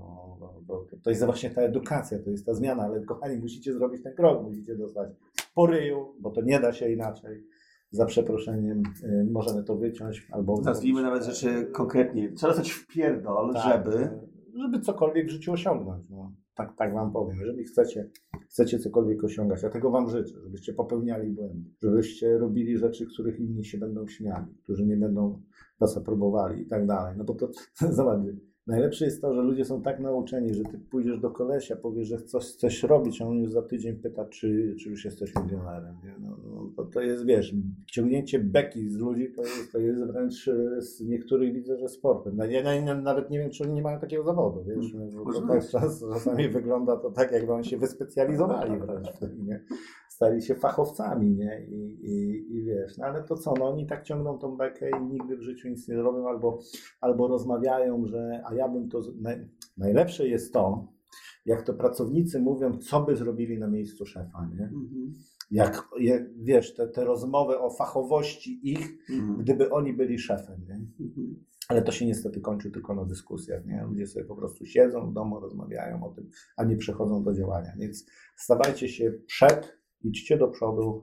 To jest właśnie ta edukacja, to jest ta zmiana, ale kochani, musicie zrobić ten krok, musicie dostać po ryju, bo to nie da się inaczej. Za przeproszeniem możemy to wyciąć albo... Nazwijmy nawet rzeczy konkretnie. Trzeba dostać w pierdol, tak, żeby cokolwiek w życiu osiągnąć. No. Tak wam powiem. Jeżeli chcecie cokolwiek osiągać, a tego wam życzę, żebyście popełniali błędy, żebyście robili rzeczy, których inni się będą śmiali, którzy nie będą was aprobowali i tak dalej. No bo to, zobacz, najlepsze jest to, że ludzie są tak nauczeni, że ty pójdziesz do kolesia, powiesz, że chcesz robić, a on już za tydzień pyta, czy już jesteś milionerem. Nie? To jest, wiesz, ciągnięcie beki z ludzi, to jest wręcz z niektórych widzę, że sportem. Ja nawet nie wiem, czy oni nie mają takiego zawodu, wiesz, bo to tak czasami wygląda to tak, jakby oni się wyspecjalizowali wręcz, nie? Stali się fachowcami, nie? I wiesz, no ale to co, no oni tak ciągną tą bekę i nigdy w życiu nic nie robią, albo rozmawiają, że ja bym to... Najlepsze jest to, jak to pracownicy mówią, co by zrobili na miejscu szefa, nie? Jak wiesz, te rozmowy o fachowości ich, gdyby oni byli szefem, nie? Ale to się niestety kończy tylko na dyskusjach, nie? Ludzie sobie po prostu siedzą w domu, rozmawiają o tym, a nie przechodzą do działania. Więc stawajcie się idźcie do przodu.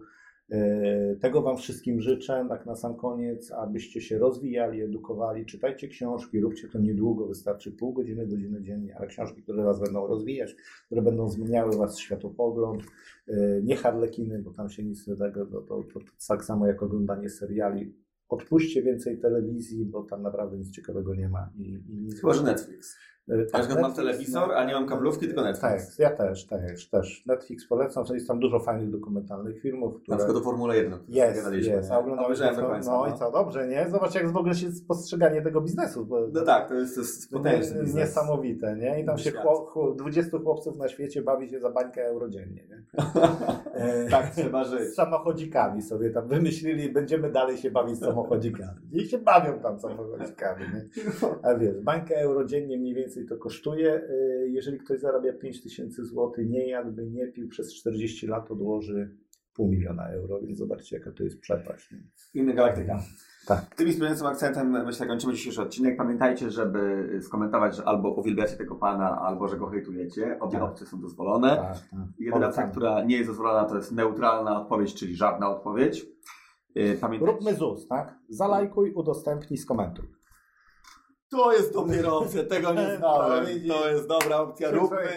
Tego wam wszystkim życzę, tak na sam koniec, abyście się rozwijali, edukowali, czytajcie książki, róbcie to niedługo, wystarczy pół godziny, godzinę dziennie, ale książki, które was będą rozwijać, które będą zmieniały was światopogląd, nie harlekiny, bo tam się nic nie tego, to tak samo jak oglądanie seriali. Odpuśćcie więcej telewizji, bo tam naprawdę nic ciekawego nie ma. Chyba, że Netflix. Na przykład mam telewizor, a nie mam kablówki, tylko Netflix. Tak, ja też. Netflix polecam, jest tam dużo fajnych dokumentalnych filmów, które... Na przykład do Formuły 1. Jest. Obejrzałem do końca. No i co, dobrze, nie? Zobacz, jak w ogóle się postrzeganie tego biznesu. No tak, to jest potężny biznes. Niesamowite, nie? I tam się 20 chłopców na świecie bawi się za bańkę euro dziennie, nie? Tak trzeba żyć. Z samochodzikami sobie tam wymyślili, będziemy dalej się bawić z samochodzikami. I się bawią tam samochodzikami, nie? A wiesz, bańkę euro dziennie mniej więcej to kosztuje. Jeżeli ktoś zarabia 5000 zł, nie jadłby, nie pił przez 40 lat, odłoży 500 000 euro, więc zobaczcie, jaka to jest przepaść. Nie? Inna galaktyka. Tak. Tym inspirującym akcentem, myślę, kończymy dzisiejszy odcinek. Pamiętajcie, żeby skomentować, że albo uwielbiacie tego pana, albo że go hejtujecie. Obie opcje są dozwolone. Tak. Jedyna opcja, która nie jest dozwolona, to jest neutralna odpowiedź, czyli żadna odpowiedź. Róbmy ZUS, tak? Zalajkuj, udostępnij, skomentuj. To jest dopiero opcja, tego nie znałem. To jest dobra opcja.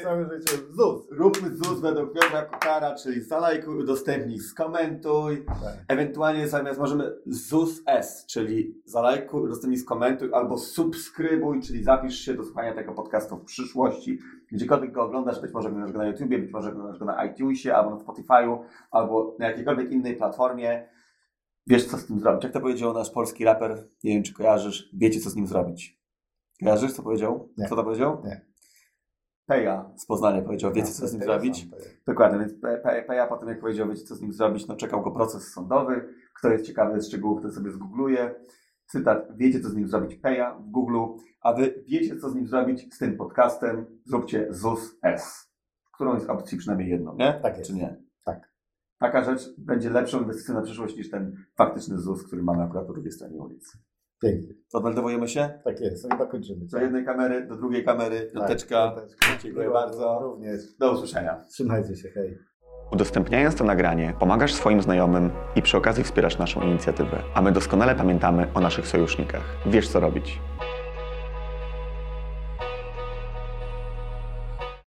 Róbmy ZUS według Piotra Kokara, czyli zalajkuj, udostępnij, skomentuj. Tak. Ewentualnie zamiast możemy ZUS S, czyli zalajkuj, udostępnij, skomentuj, albo subskrybuj, czyli zapisz się do słuchania tego podcastu w przyszłości. Gdziekolwiek go oglądasz, być może oglądasz go na YouTubie, być może oglądasz go na iTunesie, albo na Spotify'u, albo na jakiejkolwiek innej platformie. Wiesz, co z tym zrobić. Jak to powiedział nasz polski raper, nie wiem, czy kojarzysz, wiecie, co z nim zrobić. Kojarzysz, co powiedział? Nie. Co to powiedział? Nie. Peja z Poznania powiedział, wiecie, co z nim zrobić? Dokładnie, więc Peja potem, jak powiedział, wiecie, co z nim zrobić, no czekał go proces sądowy. Kto jest ciekawy z szczegółów, to sobie zgoogluje. Cytat, wiecie, co z nim zrobić, Peja w Google, a wy wiecie, co z nim zrobić z tym podcastem, zróbcie ZUS S. Którą jest opcji przynajmniej jedną, nie? Tak jest. Czy nie? Tak. Taka rzecz będzie lepszą inwestycją na przyszłość niż ten faktyczny ZUS, który mamy akurat po drugiej stronie ulicy. Pięknie. Odmeldowujemy się? Tak jest, sobie dokończymy. Do jednej kamery, do drugiej kamery, piąteczka. Dziękuję bardzo. Również. Do usłyszenia. Trzymajcie się, hej. Udostępniając to nagranie, pomagasz swoim znajomym i przy okazji wspierasz naszą inicjatywę. A my doskonale pamiętamy o naszych sojusznikach. Wiesz, co robić.